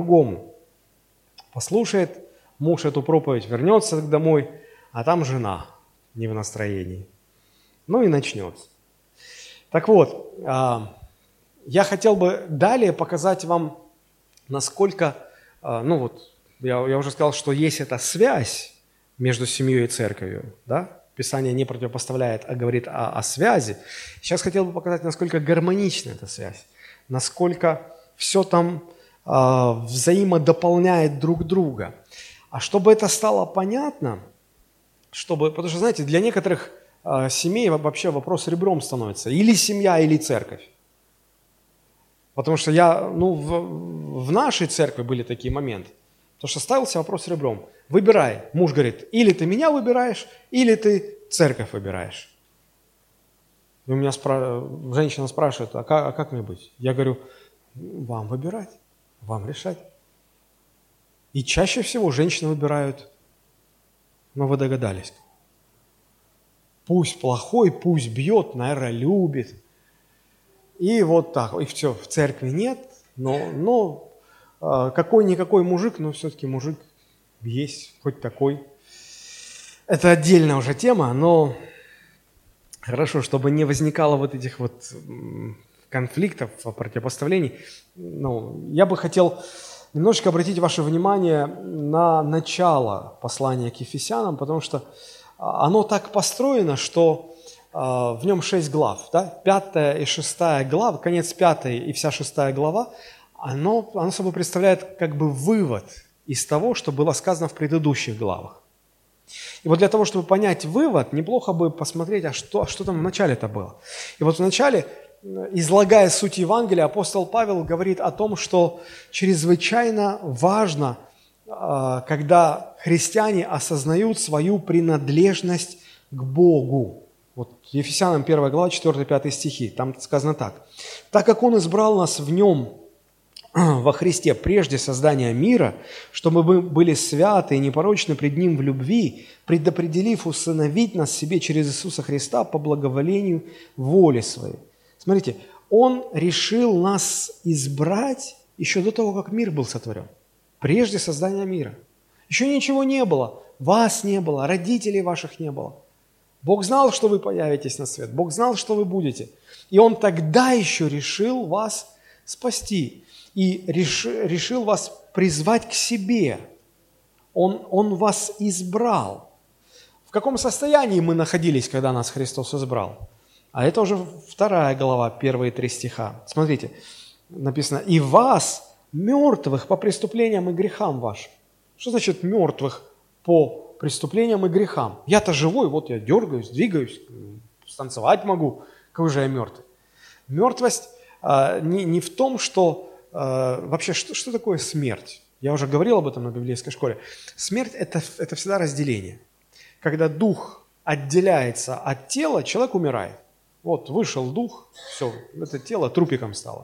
Послушает муж эту проповедь, вернется домой, а там жена не в настроении. Ну и начнется. Так вот, я хотел бы далее показать вам, насколько, я уже сказал, что есть эта связь между семьей и церковью, да? Писание не противопоставляет, а говорит о связи. Сейчас хотел бы показать, насколько гармонична эта связь, насколько все там взаимодополняет друг друга. А чтобы это стало понятно, потому что, знаете, для некоторых семей вообще вопрос ребром становится. Или семья, или церковь. Потому что в нашей церкви были такие моменты. Потому что ставился вопрос ребром. Выбирай. Муж говорит, или ты меня выбираешь, или ты церковь выбираешь. И у меня женщина спрашивает, а как мне быть? Я говорю, вам выбирать, вам решать. И чаще всего женщины выбирают, но вы догадались. Пусть плохой, пусть бьет, наверное, любит. И вот так, и все, в церкви нет, но какой-никакой мужик, но все-таки мужик есть, хоть такой. Это отдельная уже тема, но хорошо, чтобы не возникало вот этих вот конфликтов, противопоставлений. Я бы хотел немножечко обратить ваше внимание на начало послания к Ефесянам, потому что оно так построено, что в нем 6 глав, да? 5 и 6 глава, конец 5 и вся 6 глава, оно собой представляет как бы вывод из того, что было сказано в предыдущих главах. И вот для того, чтобы понять вывод, неплохо бы посмотреть, а что там в начале-то было. И вот в начале, излагая суть Евангелия, апостол Павел говорит о том, что чрезвычайно важно, когда христиане осознают свою принадлежность к Богу. Вот Ефесянам 1 глава, 4-5 стихи, там сказано так. «Так как Он избрал нас в Нем, во Христе, прежде создания мира, чтобы мы были святы и непорочны пред Ним в любви, предопределив усыновить нас себе через Иисуса Христа по благоволению воли Своей». Смотрите, Он решил нас избрать еще до того, как мир был сотворен, прежде создания мира. Еще ничего не было, вас не было, родителей ваших не было. Бог знал, что вы появитесь на свет, Бог знал, что вы будете. И Он тогда еще решил вас спасти. И решил вас призвать к себе. Он вас избрал. В каком состоянии мы находились, когда нас Христос избрал? А это уже 2 глава, первые 3 стиха. Смотрите, написано, «И вас, мертвых по преступлениям и грехам вашим». Что значит мертвых по преступлениям и грехам? Я-то живой, вот я дергаюсь, двигаюсь, станцевать могу. Какой же я мертвый? Мертвость не в том, что... Вообще, что такое смерть? Я уже говорил об этом на библейской школе. Смерть – это всегда разделение. Когда дух отделяется от тела, человек умирает. Вот вышел дух, все, это тело трупиком стало.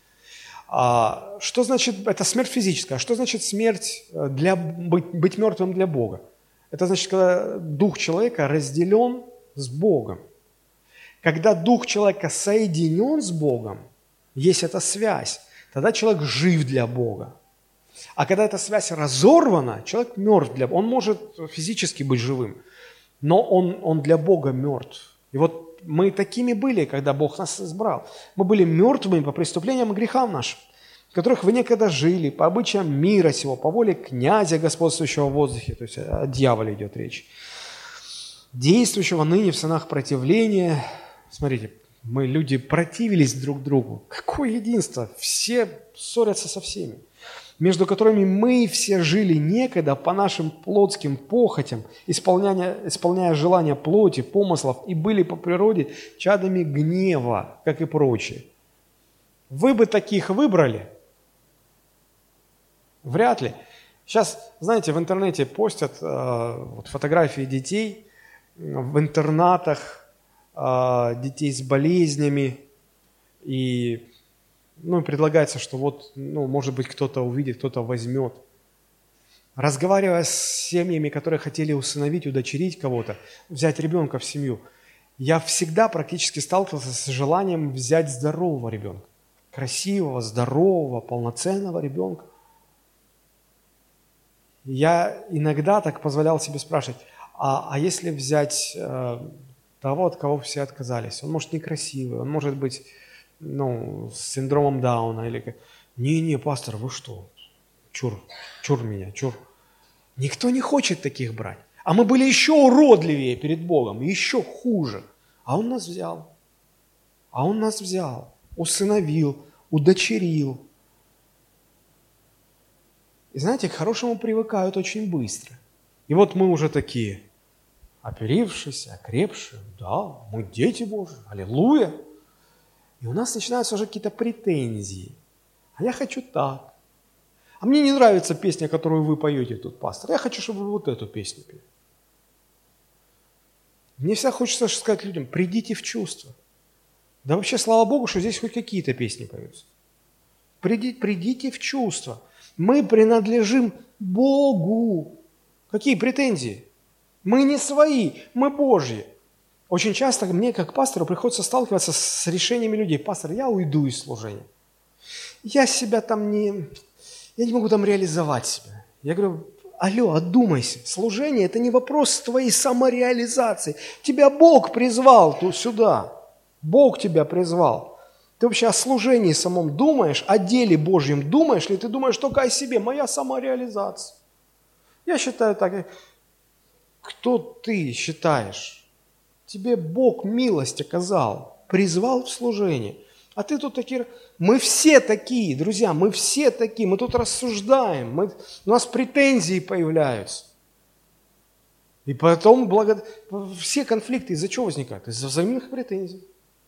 Что значит, это смерть физическая, а что значит смерть быть мертвым для Бога? Это значит, когда дух человека разделен с Богом. Когда дух человека соединен с Богом, есть эта связь, тогда человек жив для Бога. А когда эта связь разорвана, человек мертв для Бога. Он может физически быть живым, но он для Бога мертв. И вот мы такими были, когда Бог нас избрал. Мы были мертвыми по преступлениям и грехам нашим, в которых вы некогда жили, по обычаям мира сего, по воле князя, господствующего в воздухе, то есть о дьяволе идет речь, действующего ныне в сынах противления. Смотрите, мы, люди, противились друг другу. Какое единство? Все ссорятся со всеми, между которыми мы все жили некогда по нашим плотским похотям, исполняя желания плоти, помыслов, и были по природе чадами гнева, как и прочие. Вы бы таких выбрали? Вряд ли. Сейчас, знаете, в интернете постят фотографии детей в интернатах, детей с болезнями, и предлагается, что может быть, кто-то увидит, кто-то возьмет. Разговаривая с семьями, которые хотели усыновить, удочерить кого-то, взять ребенка в семью, я всегда практически сталкивался с желанием взять здорового ребенка. Красивого, здорового, полноценного ребенка. Я иногда так позволял себе спрашивать, а если взять того, от кого все отказались? Он может некрасивый, он может быть с синдромом Дауна. Не, пастор, вы что? Чур меня. Никто не хочет таких брать. А мы были еще уродливее перед Богом, еще хуже. А Он нас взял. Усыновил, удочерил. И знаете, к хорошему привыкают очень быстро. И вот мы уже такие, оперившиеся, окрепшие, да, мы дети Божьи, аллилуйя. И у нас начинаются уже какие-то претензии. А я хочу так. А мне не нравится песня, которую вы поете тут, пастор. Я хочу, чтобы вы вот эту песню пели. Мне всегда хочется сказать людям, придите в чувство. Да вообще, слава Богу, что здесь хоть какие-то песни поются. Придите в чувство. Мы принадлежим Богу. Какие претензии? Мы не свои, мы Божьи. Очень часто мне, как пастору, приходится сталкиваться с решениями людей. Пастор, я уйду из служения. Я не могу там реализовать себя. Я говорю, алло, одумайся. Служение – это не вопрос твоей самореализации. Тебя Бог призвал сюда. Бог тебя призвал. Ты вообще о служении самом думаешь, о деле Божьем думаешь, или ты думаешь только о себе? Моя самореализация. Я считаю так. Кто ты считаешь? Тебе Бог милость оказал, призвал в служение. А ты тут такие... Мы все такие, друзья, мы все такие. Мы тут рассуждаем, у нас претензии появляются. И потом все конфликты из-за чего возникают? Из-за взаимных претензий.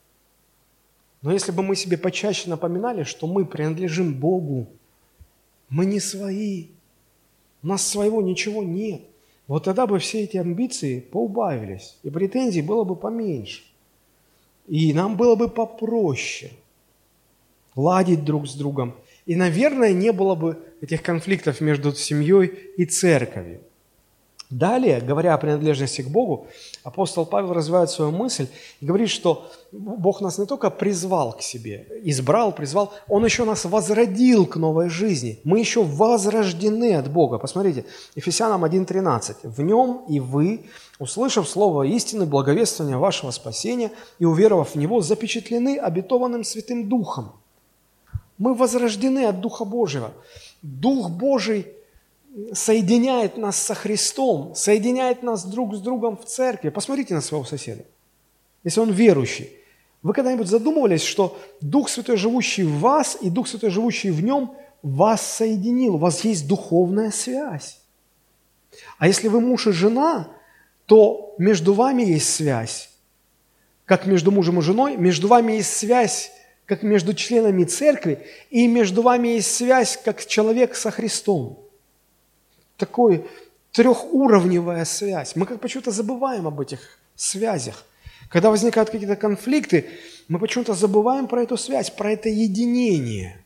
Но если бы мы себе почаще напоминали, что мы принадлежим Богу, мы не свои, у нас своего ничего нет, вот тогда бы все эти амбиции поубавились, и претензий было бы поменьше. И нам было бы попроще ладить друг с другом. И, наверное, не было бы этих конфликтов между семьей и церковью. Далее, говоря о принадлежности к Богу, апостол Павел развивает свою мысль и говорит, что Бог нас не только призвал к себе, избрал, призвал, Он еще нас возродил к новой жизни. Мы еще возрождены от Бога. Посмотрите, Ефесянам 1:13. «В Нем и вы, услышав слово истины, благовествования вашего спасения и уверовав в Него, запечатлены обетованным Святым Духом». Мы возрождены от Духа Божьего. Дух Божий соединяет нас со Христом, соединяет нас друг с другом в церкви. Посмотрите на своего соседа, если он верующий. Вы когда-нибудь задумывались, что Дух Святой, живущий в вас, и Дух Святой, живущий в нем, вас соединил, у вас есть духовная связь. А если вы муж и жена, то между вами есть связь, как между мужем и женой, между вами есть связь, как между членами церкви, и между вами есть связь, как человек со Христом. Такой трехуровневая связь. Мы как почему-то забываем об этих связях. Когда возникают какие-то конфликты, мы почему-то забываем про эту связь, про это единение.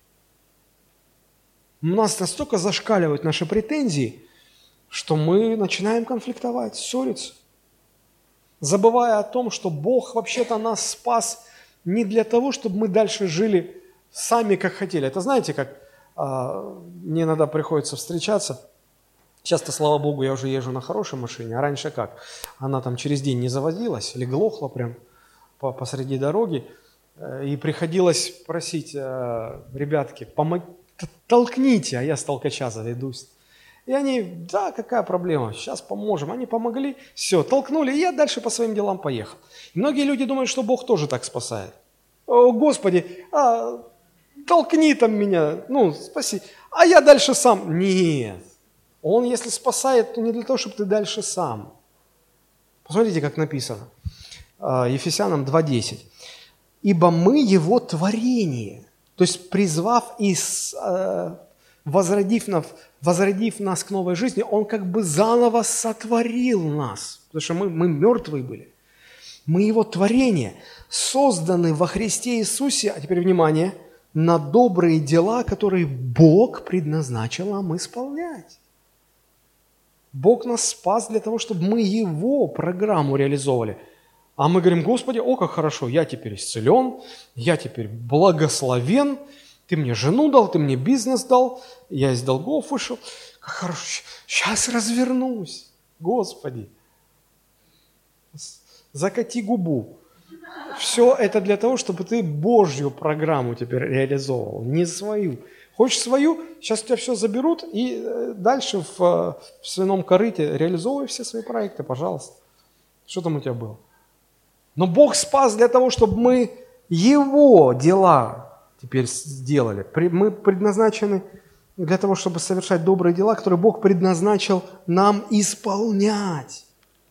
У нас настолько зашкаливают наши претензии, что мы начинаем конфликтовать, ссориться. забывая о том, что Бог вообще-то нас спас не для того, чтобы мы дальше жили сами, как хотели. Это знаете, как мне иногда приходится встречаться. Сейчас-то, слава Богу, я уже езжу на хорошей машине, а раньше как? Она там через день не заводилась или глохла прям посреди дороги, и приходилось просить: ребятки, толкните, а я с толкача заведусь. И они: да, какая проблема, сейчас поможем. Они помогли, все, толкнули, и я дальше по своим делам поехал. И многие люди думают, что Бог тоже так спасает. О, Господи, толкни там меня, спаси, а я дальше сам. Нет, Он, если спасает, то не для того, чтобы ты дальше сам. Посмотрите, как написано, Ефесянам 2:10. «Ибо мы Его творение». То есть, призвав и возродив нас к новой жизни, Он как бы заново сотворил нас, потому что мы мертвые были. Мы Его творение, созданы во Христе Иисусе, а теперь внимание, на добрые дела, которые Бог предназначил нам исполнять. Бог нас спас для того, чтобы мы Его программу реализовывали. А мы говорим: Господи, о, как хорошо, я теперь исцелен, я теперь благословен, Ты мне жену дал, Ты мне бизнес дал, я из долгов вышел. Как хорошо, сейчас развернусь. Господи, закати губу. Все это для того, чтобы ты Божью программу теперь реализовывал, не свою. Хочешь свою, сейчас у тебя все заберут, и дальше в свином корыте реализовывай все свои проекты, пожалуйста. Что там у тебя было? Но Бог спас для того, чтобы мы Его дела теперь сделали. Мы предназначены для того, чтобы совершать добрые дела, которые Бог предназначил нам исполнять.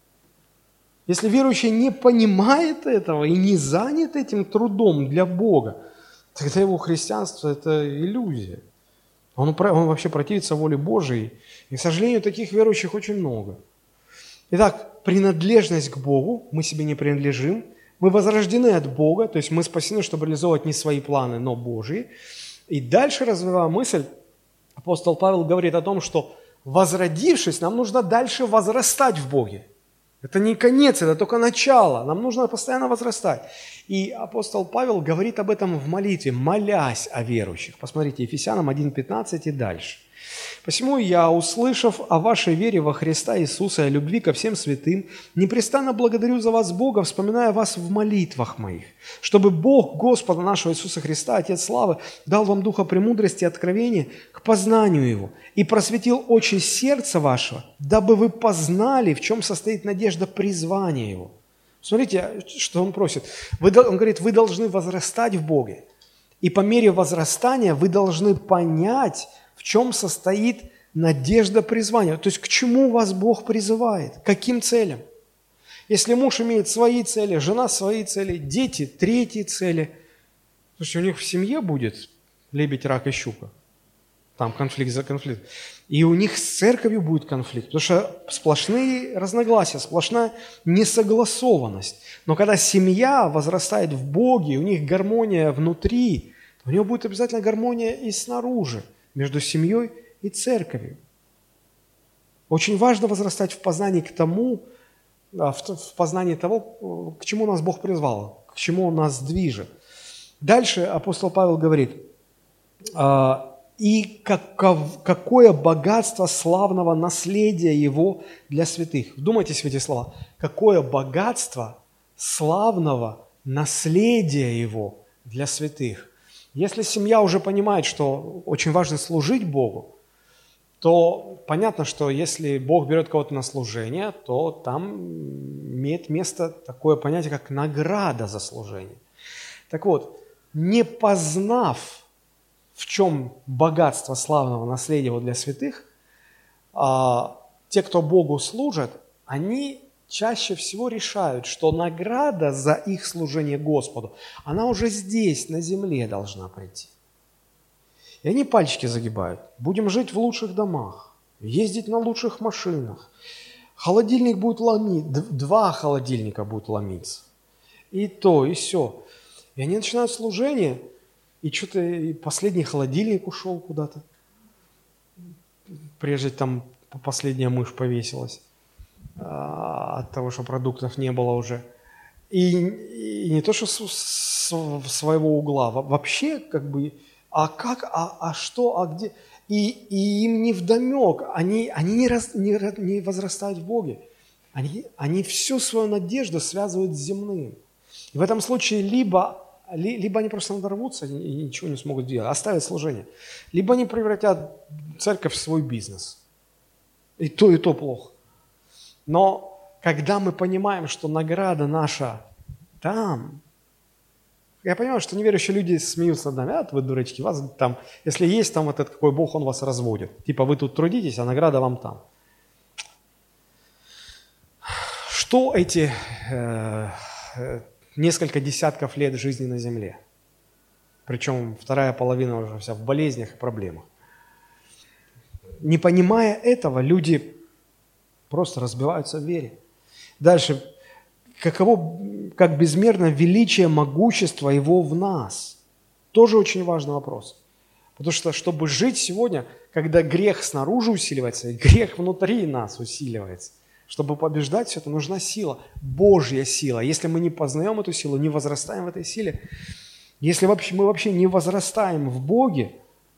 Если верующий не понимает этого и не занят этим трудом для Бога, тогда его христианство – это иллюзия. Он вообще противится воле Божией. И, к сожалению, таких верующих очень много. Итак, принадлежность к Богу, мы себе не принадлежим, мы возрождены от Бога, то есть мы спасены, чтобы реализовывать не свои планы, но Божьи. И дальше, развивая мысль, апостол Павел говорит о том, что, возродившись, нам нужно дальше возрастать в Боге. Это не конец, это только начало. Нам нужно постоянно возрастать. И апостол Павел говорит об этом в молитве, молясь о верующих. Посмотрите, Ефесянам 1:15 и дальше. «Посему я, услышав о вашей вере во Христа Иисуса и о любви ко всем святым, непрестанно благодарю за вас Бога, вспоминая вас в молитвах моих, чтобы Бог Господа нашего Иисуса Христа, Отец славы, дал вам духа премудрости и откровения к познанию Его и просветил очи сердца вашего, дабы вы познали, в чем состоит надежда призвания Его». Смотрите, что он просит. Он говорит: вы должны возрастать в Боге, и по мере возрастания вы должны понять, в чем состоит надежда призвания. То есть к чему вас Бог призывает, к каким целям. Если муж имеет свои цели, жена свои цели, дети третьи цели, слушайте, у них в семье будет лебедь, рак и щука. Там конфликт за конфликт. И у них с церковью будет конфликт, потому что сплошные разногласия, сплошная несогласованность. Но когда семья возрастает в Боге, у них гармония внутри, у него будет обязательно гармония и снаружи, между семьей и церковью. Очень важно возрастать в познании к тому, в познании того, к чему нас Бог призвал, к чему Он нас движет. Дальше апостол Павел говорит: «И какое богатство славного наследия Его для святых». Вдумайтесь в эти слова. Какое богатство славного наследия Его для святых. Если семья уже понимает, что очень важно служить Богу, то понятно, что если Бог берет кого-то на служение, то там имеет место такое понятие, как награда за служение. Так вот, не познав, в чем богатство славного наследия для святых, те, кто Богу служат, они чаще всего решают, что награда за их служение Господу, она уже здесь, на земле должна прийти. И они пальчики загибают. Будем жить в лучших домах, ездить на лучших машинах. Холодильник будет ломиться, 2 холодильника будут ломиться. И то, и сё. И они начинают служение, и что-то последний холодильник ушел куда-то, прежде там последняя мышь повесилась. от того, что продуктов не было уже. И не то, что своего угла, вообще как бы, а как, а что, а где? И им невдомек, они не возрастают в Боге. Они всю свою надежду связывают с земным. И в этом случае либо они просто надорвутся и ничего не смогут делать, оставят служение, либо они превратят церковь в свой бизнес. И то плохо. Но когда мы понимаем, что награда наша там, я понимаю, что неверующие люди смеются над нами, вы дурачки, вас там, если есть там вот этот какой Бог, Он вас разводит. Типа вы тут трудитесь, а награда вам там. Что эти несколько десятков лет жизни на земле? Причем вторая половина уже вся в болезнях и проблемах. Не понимая этого, люди просто разбиваются в вере. Дальше. Как безмерно величие, могущество Его в нас. Тоже очень важный вопрос. Потому что, чтобы жить сегодня, когда грех снаружи усиливается, и грех внутри нас усиливается, чтобы побеждать все это, нужна сила, Божья сила. Если мы не познаем эту силу, не возрастаем в этой силе, если мы вообще не возрастаем в Боге,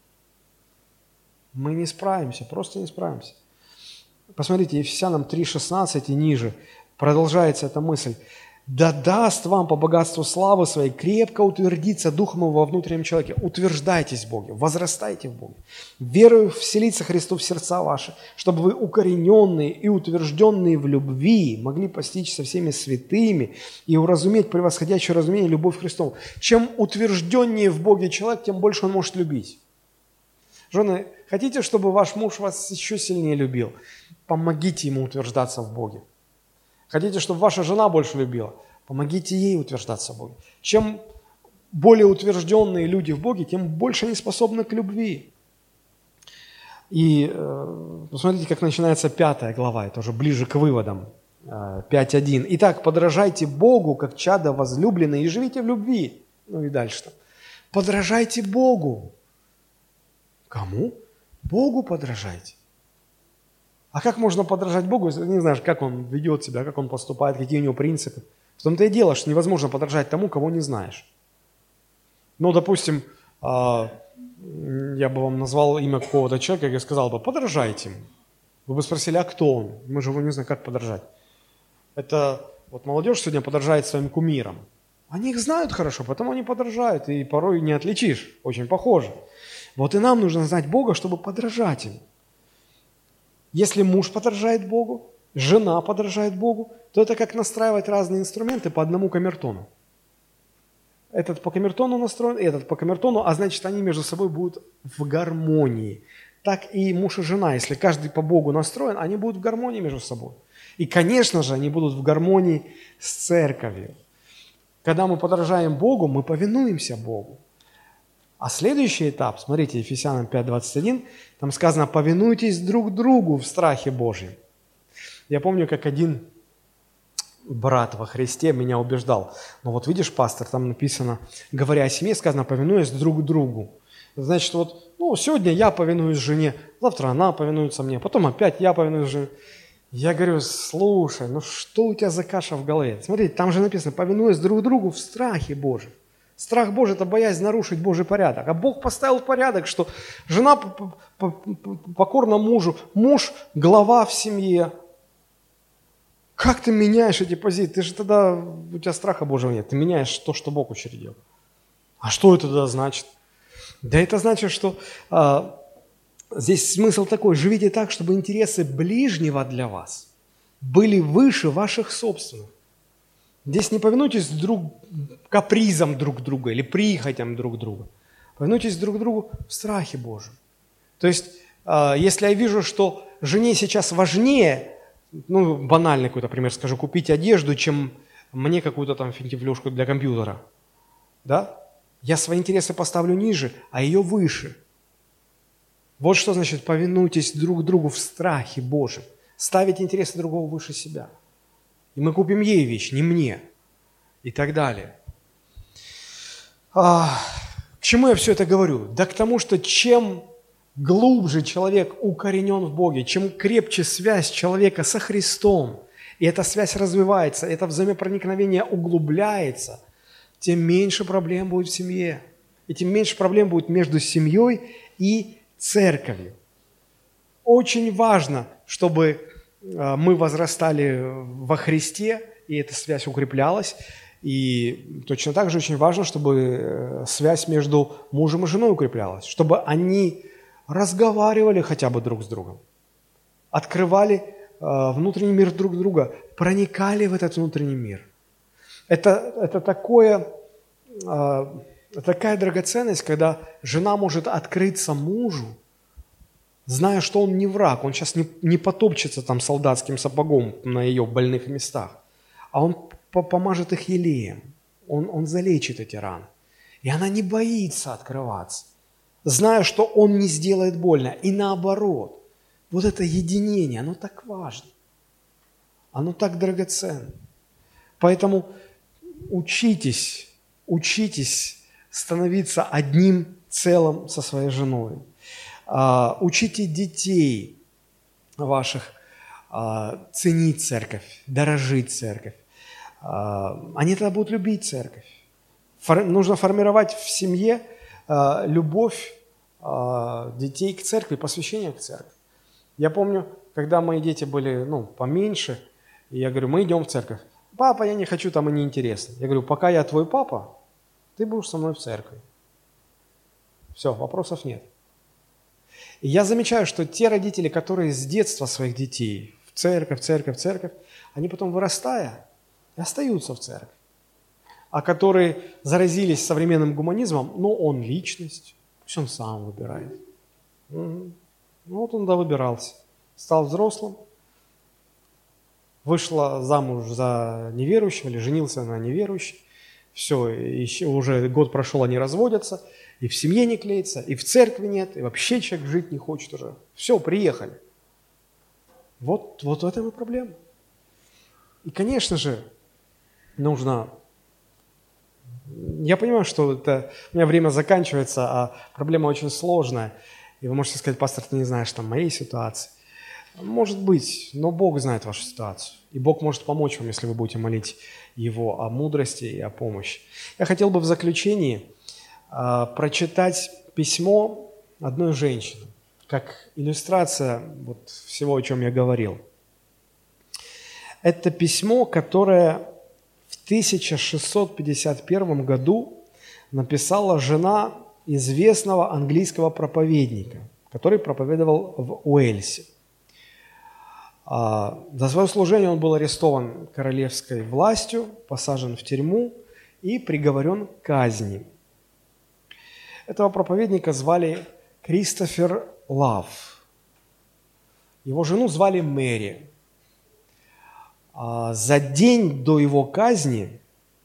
мы не справимся, просто не справимся. Посмотрите, Ефесянам 3:16 и ниже. Продолжается эта мысль. «Да даст вам по богатству славы своей крепко утвердиться Духом во внутреннем человеке». Утверждайтесь в Боге, возрастайте в Боге. «Верою вселиться Христу в сердца ваши, чтобы вы, укорененные и утвержденные в любви, могли постичь со всеми святыми и уразуметь превосходящее разумение любовь к Христу». Чем утвержденнее в Боге человек, тем больше он может любить. Жены, хотите, чтобы ваш муж вас еще сильнее любил? Помогите ему утверждаться в Боге. Хотите, чтобы ваша жена больше любила? Помогите ей утверждаться в Боге. Чем более утвержденные люди в Боге, тем больше они способны к любви. И посмотрите, как начинается 5 глава, это уже ближе к выводам. 5:1. «Итак, подражайте Богу, как чада возлюбленные, и живите в любви». Ну и дальше там. Подражайте Богу. Кому? Богу подражайте. А как можно подражать Богу, если не знаешь, как Он ведет себя, как Он поступает, какие у Него принципы? В том-то и дело, что невозможно подражать тому, кого не знаешь. Ну, допустим, я бы вам назвал имя какого-то человека, я сказал бы, подражайте ему. Вы бы спросили, а кто он? Мы же его не знаем, как подражать. Это вот молодежь сегодня подражает своим кумирам. Они их знают хорошо, потому они подражают, и порой не отличишь, очень похоже. Вот и нам нужно знать Бога, чтобы подражать Ему. Если муж подражает Богу, жена подражает Богу, то это как настраивать разные инструменты по одному камертону. Этот по камертону настроен, этот по камертону, а значит, они между собой будут в гармонии. Так и муж и жена, если каждый по Богу настроен, они будут в гармонии между собой. И, конечно же, они будут в гармонии с церковью. Когда мы подражаем Богу, мы повинуемся Богу. А следующий этап, смотрите, Ефесянам 5:21, там сказано, повинуйтесь друг другу в страхе Божьем. Я помню, как один брат во Христе меня убеждал. Но вот видишь, пастор, там написано, говоря о семье, сказано, повинуясь друг другу. Значит, вот, сегодня я повинуюсь жене, завтра она повинуется мне, потом опять я повинуюсь жене. Я говорю, слушай, что у тебя за каша в голове? Смотрите, там же написано, повинуясь друг другу в страхе Божьем. Страх Божий – это боязнь нарушить Божий порядок. А Бог поставил порядок, что жена покорна мужу, муж – глава в семье. Как ты меняешь эти позиции? Ты же тогда, у тебя страха Божьего нет. Ты меняешь то, что Бог учредил. А что это тогда значит? Да это значит, что здесь смысл такой. Живите так, чтобы интересы ближнего для вас были выше ваших собственных. Здесь не повинуйтесь капризам друг друга или прихотям друг друга. Повинуйтесь друг другу в страхе Божьем. То есть, если я вижу, что жене сейчас важнее, банальный какой-то пример скажу, купить одежду, чем мне какую-то там финтифлюшку для компьютера, да? Я свои интересы поставлю ниже, а ее выше. Вот что значит повинуйтесь друг другу в страхе Божьем. Ставить интересы другого выше себя. И мы купим ей вещь, не мне. И так далее. К чему я все это говорю? Да к тому, что чем глубже человек укоренен в Боге, чем крепче связь человека со Христом, и эта связь развивается, это взаимопроникновение углубляется, тем меньше проблем будет в семье. И тем меньше проблем будет между семьей и церковью. Очень важно, чтобы мы возрастали во Христе, и эта связь укреплялась. И точно так же очень важно, чтобы связь между мужем и женой укреплялась, чтобы они разговаривали хотя бы друг с другом, открывали внутренний мир друг друга, проникали в этот внутренний мир. Это такая драгоценность, когда жена может открыться мужу, зная, что он не враг, он сейчас не потопчется там солдатским сапогом на ее больных местах, а он помажет их елеем, он залечит эти раны. И она не боится открываться, зная, что он не сделает больно. И наоборот, вот это единение, оно так важно, оно так драгоценно. Поэтому учитесь становиться одним целым со своей женой. Учите детей ваших ценить церковь, дорожить церковь. Они тогда будут любить церковь. Нужно формировать в семье любовь детей к церкви, посвящение к церкви. Я помню, когда мои дети были поменьше, и я говорю, мы идем в церковь. Папа, я не хочу, там и не интересно. Я говорю, пока я твой папа, ты будешь со мной в церкви. Все, вопросов нет. И я замечаю, что те родители, которые с детства своих детей в церковь, они потом, вырастая, и остаются в церкви. А которые заразились современным гуманизмом, он личность, пусть он сам выбирает. Вот он выбирался, стал взрослым, вышла замуж за неверующего или женился на неверующей. Все, еще уже год прошел, они разводятся, и в семье не клеится, и в церкви нет, и вообще человек жить не хочет уже. Все, приехали. Вот в этом и проблема. И, конечно же, нужно... Я понимаю, что у меня время заканчивается, а проблема очень сложная. И вы можете сказать, пастор, ты не знаешь моей ситуации. Может быть, но Бог знает вашу ситуацию. И Бог может помочь вам, если вы будете молить Его о мудрости и о помощи. Я хотел бы в заключении прочитать письмо одной женщины, как иллюстрация всего, о чем я говорил. Это письмо, которое в 1651 году написала жена известного английского проповедника, который проповедовал в Уэльсе. За свое служение он был арестован королевской властью, посажен в тюрьму и приговорен к казни. Этого проповедника звали Кристофер Лав. Его жену звали Мэри. За день до его казни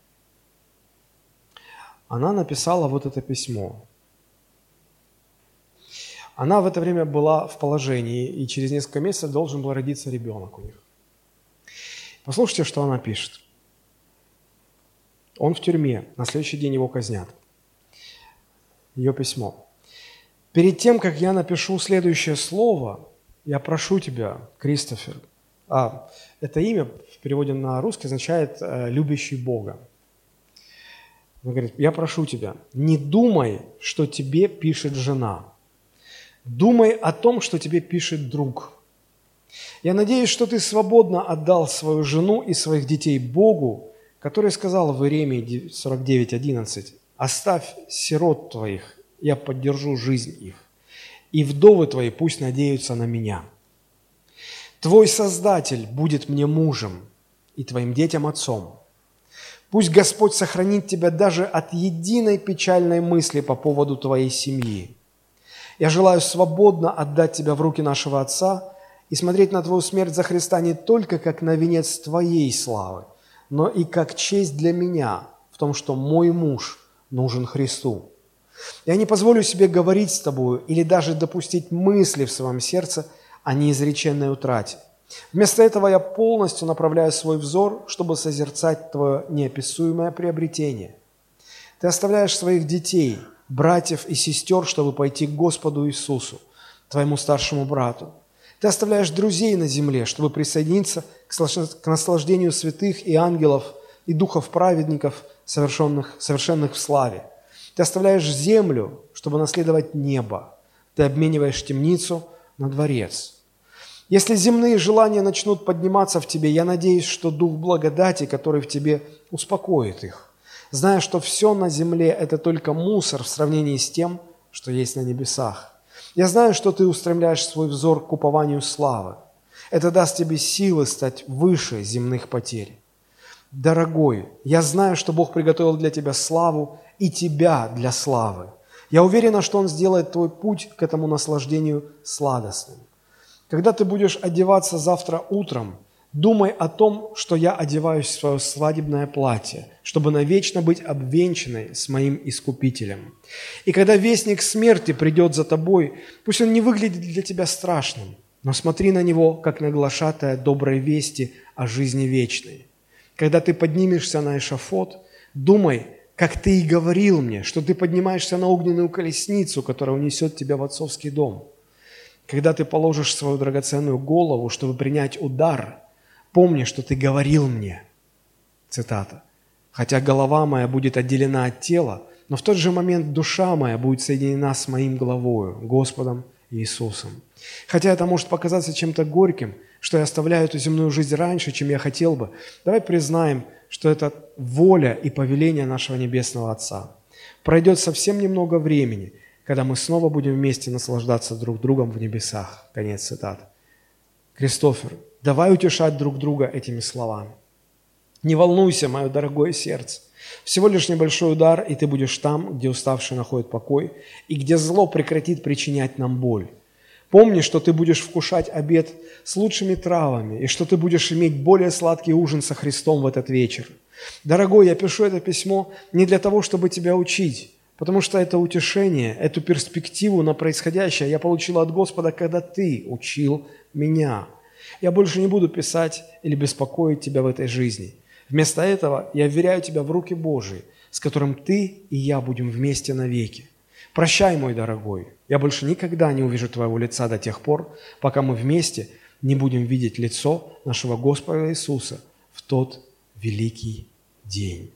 она написала это письмо. Она в это время была в положении, и через несколько месяцев должен был родиться ребенок у них. Послушайте, что она пишет. Он в тюрьме, на следующий день его казнят. Ее письмо. «Перед тем, как я напишу следующее слово, я прошу тебя, Кристофер». Это имя в переводе на русский означает «любящий Бога». Он говорит, я прошу тебя, не думай, что тебе пишет жена. Думай о том, что тебе пишет друг. Я надеюсь, что ты свободно отдал свою жену и своих детей Богу, который сказал в Иеремии 49:11, «Оставь сирот твоих, я поддержу жизнь их, и вдовы твои пусть надеются на меня. Твой Создатель будет мне мужем, и твоим детям отцом. Пусть Господь сохранит тебя даже от единой печальной мысли по поводу твоей семьи. Я желаю свободно отдать тебя в руки нашего Отца и смотреть на твою смерть за Христа не только как на венец твоей славы, но и как честь для меня в том, что мой муж нужен Христу. Я не позволю себе говорить с тобою или даже допустить мысли в своем сердце о неизреченной утрате. Вместо этого я полностью направляю свой взор, чтобы созерцать твое неописуемое приобретение. Ты оставляешь своих детей, братьев и сестер, чтобы пойти к Господу Иисусу, твоему старшему брату. Ты оставляешь друзей на земле, чтобы присоединиться к наслаждению святых и ангелов и духов праведников, совершенных в славе. Ты оставляешь землю, чтобы наследовать небо. Ты обмениваешь темницу на дворец. Если земные желания начнут подниматься в тебе, я надеюсь, что Дух благодати, который в тебе, успокоит их, зная, что все на земле – это только мусор в сравнении с тем, что есть на небесах. Я знаю, что ты устремляешь свой взор к упованию славы. Это даст тебе силы стать выше земных потерь. Дорогой, я знаю, что Бог приготовил для тебя славу и тебя для славы. Я уверена, что Он сделает твой путь к этому наслаждению сладостным. Когда ты будешь одеваться завтра утром, думай о том, что я одеваюсь в свое свадебное платье, чтобы навечно быть обвенчанной с моим Искупителем. И когда вестник смерти придет за тобой, пусть он не выглядит для тебя страшным, но смотри на него, как на глашатая доброй вести о жизни вечной. Когда ты поднимешься на эшафот, думай, как ты и говорил мне, что ты поднимаешься на огненную колесницу, которая унесет тебя в отцовский дом. Когда ты положишь свою драгоценную голову, чтобы принять удар, помни, что ты говорил мне. Цитата. «Хотя голова моя будет отделена от тела, но в тот же момент душа моя будет соединена с моим главою, Господом Иисусом. Хотя это может показаться чем-то горьким, что я оставляю эту земную жизнь раньше, чем я хотел бы, давай признаем, что это воля и повеление нашего Небесного Отца. Пройдет совсем немного времени, когда мы снова будем вместе наслаждаться друг другом в небесах». Конец цитаты. Кристофер, давай утешать друг друга этими словами. Не волнуйся, мое дорогое сердце. Всего лишь небольшой удар, и ты будешь там, где уставший находит покой, и где зло прекратит причинять нам боль. Помни, что ты будешь вкушать обед с лучшими травами, и что ты будешь иметь более сладкий ужин со Христом в этот вечер. Дорогой, я пишу это письмо не для того, чтобы тебя учить, потому что это утешение, эту перспективу на происходящее я получил от Господа, когда ты учил меня. Я больше не буду писать или беспокоить тебя в этой жизни. Вместо этого я вверяю тебя в руки Божии, с которым ты и я будем вместе навеки. Прощай, мой дорогой, я больше никогда не увижу твоего лица до тех пор, пока мы вместе не будем видеть лицо нашего Господа Иисуса в тот великий день.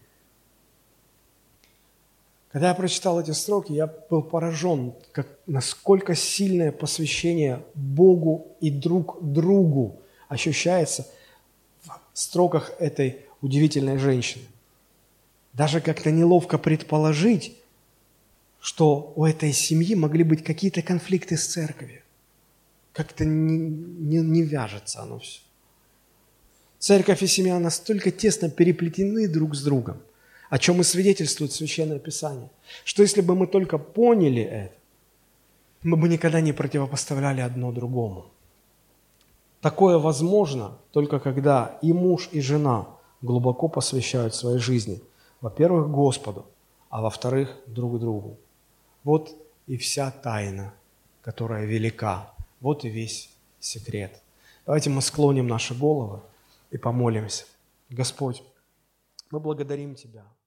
Когда я прочитал эти строки, я был поражен, насколько сильное посвящение Богу и друг другу ощущается в строках этой удивительной женщины. Даже как-то неловко предположить, что у этой семьи могли быть какие-то конфликты с церковью. Как-то не вяжется оно все. Церковь и семья настолько тесно переплетены друг с другом, о чем и свидетельствует Священное Писание, что если бы мы только поняли это, мы бы никогда не противопоставляли одно другому. Такое возможно только когда и муж, и жена глубоко посвящают своей жизни, во-первых, Господу, а во-вторых, друг другу. Вот и вся тайна, которая велика. Вот и весь секрет. Давайте мы склоним наши головы и помолимся. Господь, мы благодарим Тебя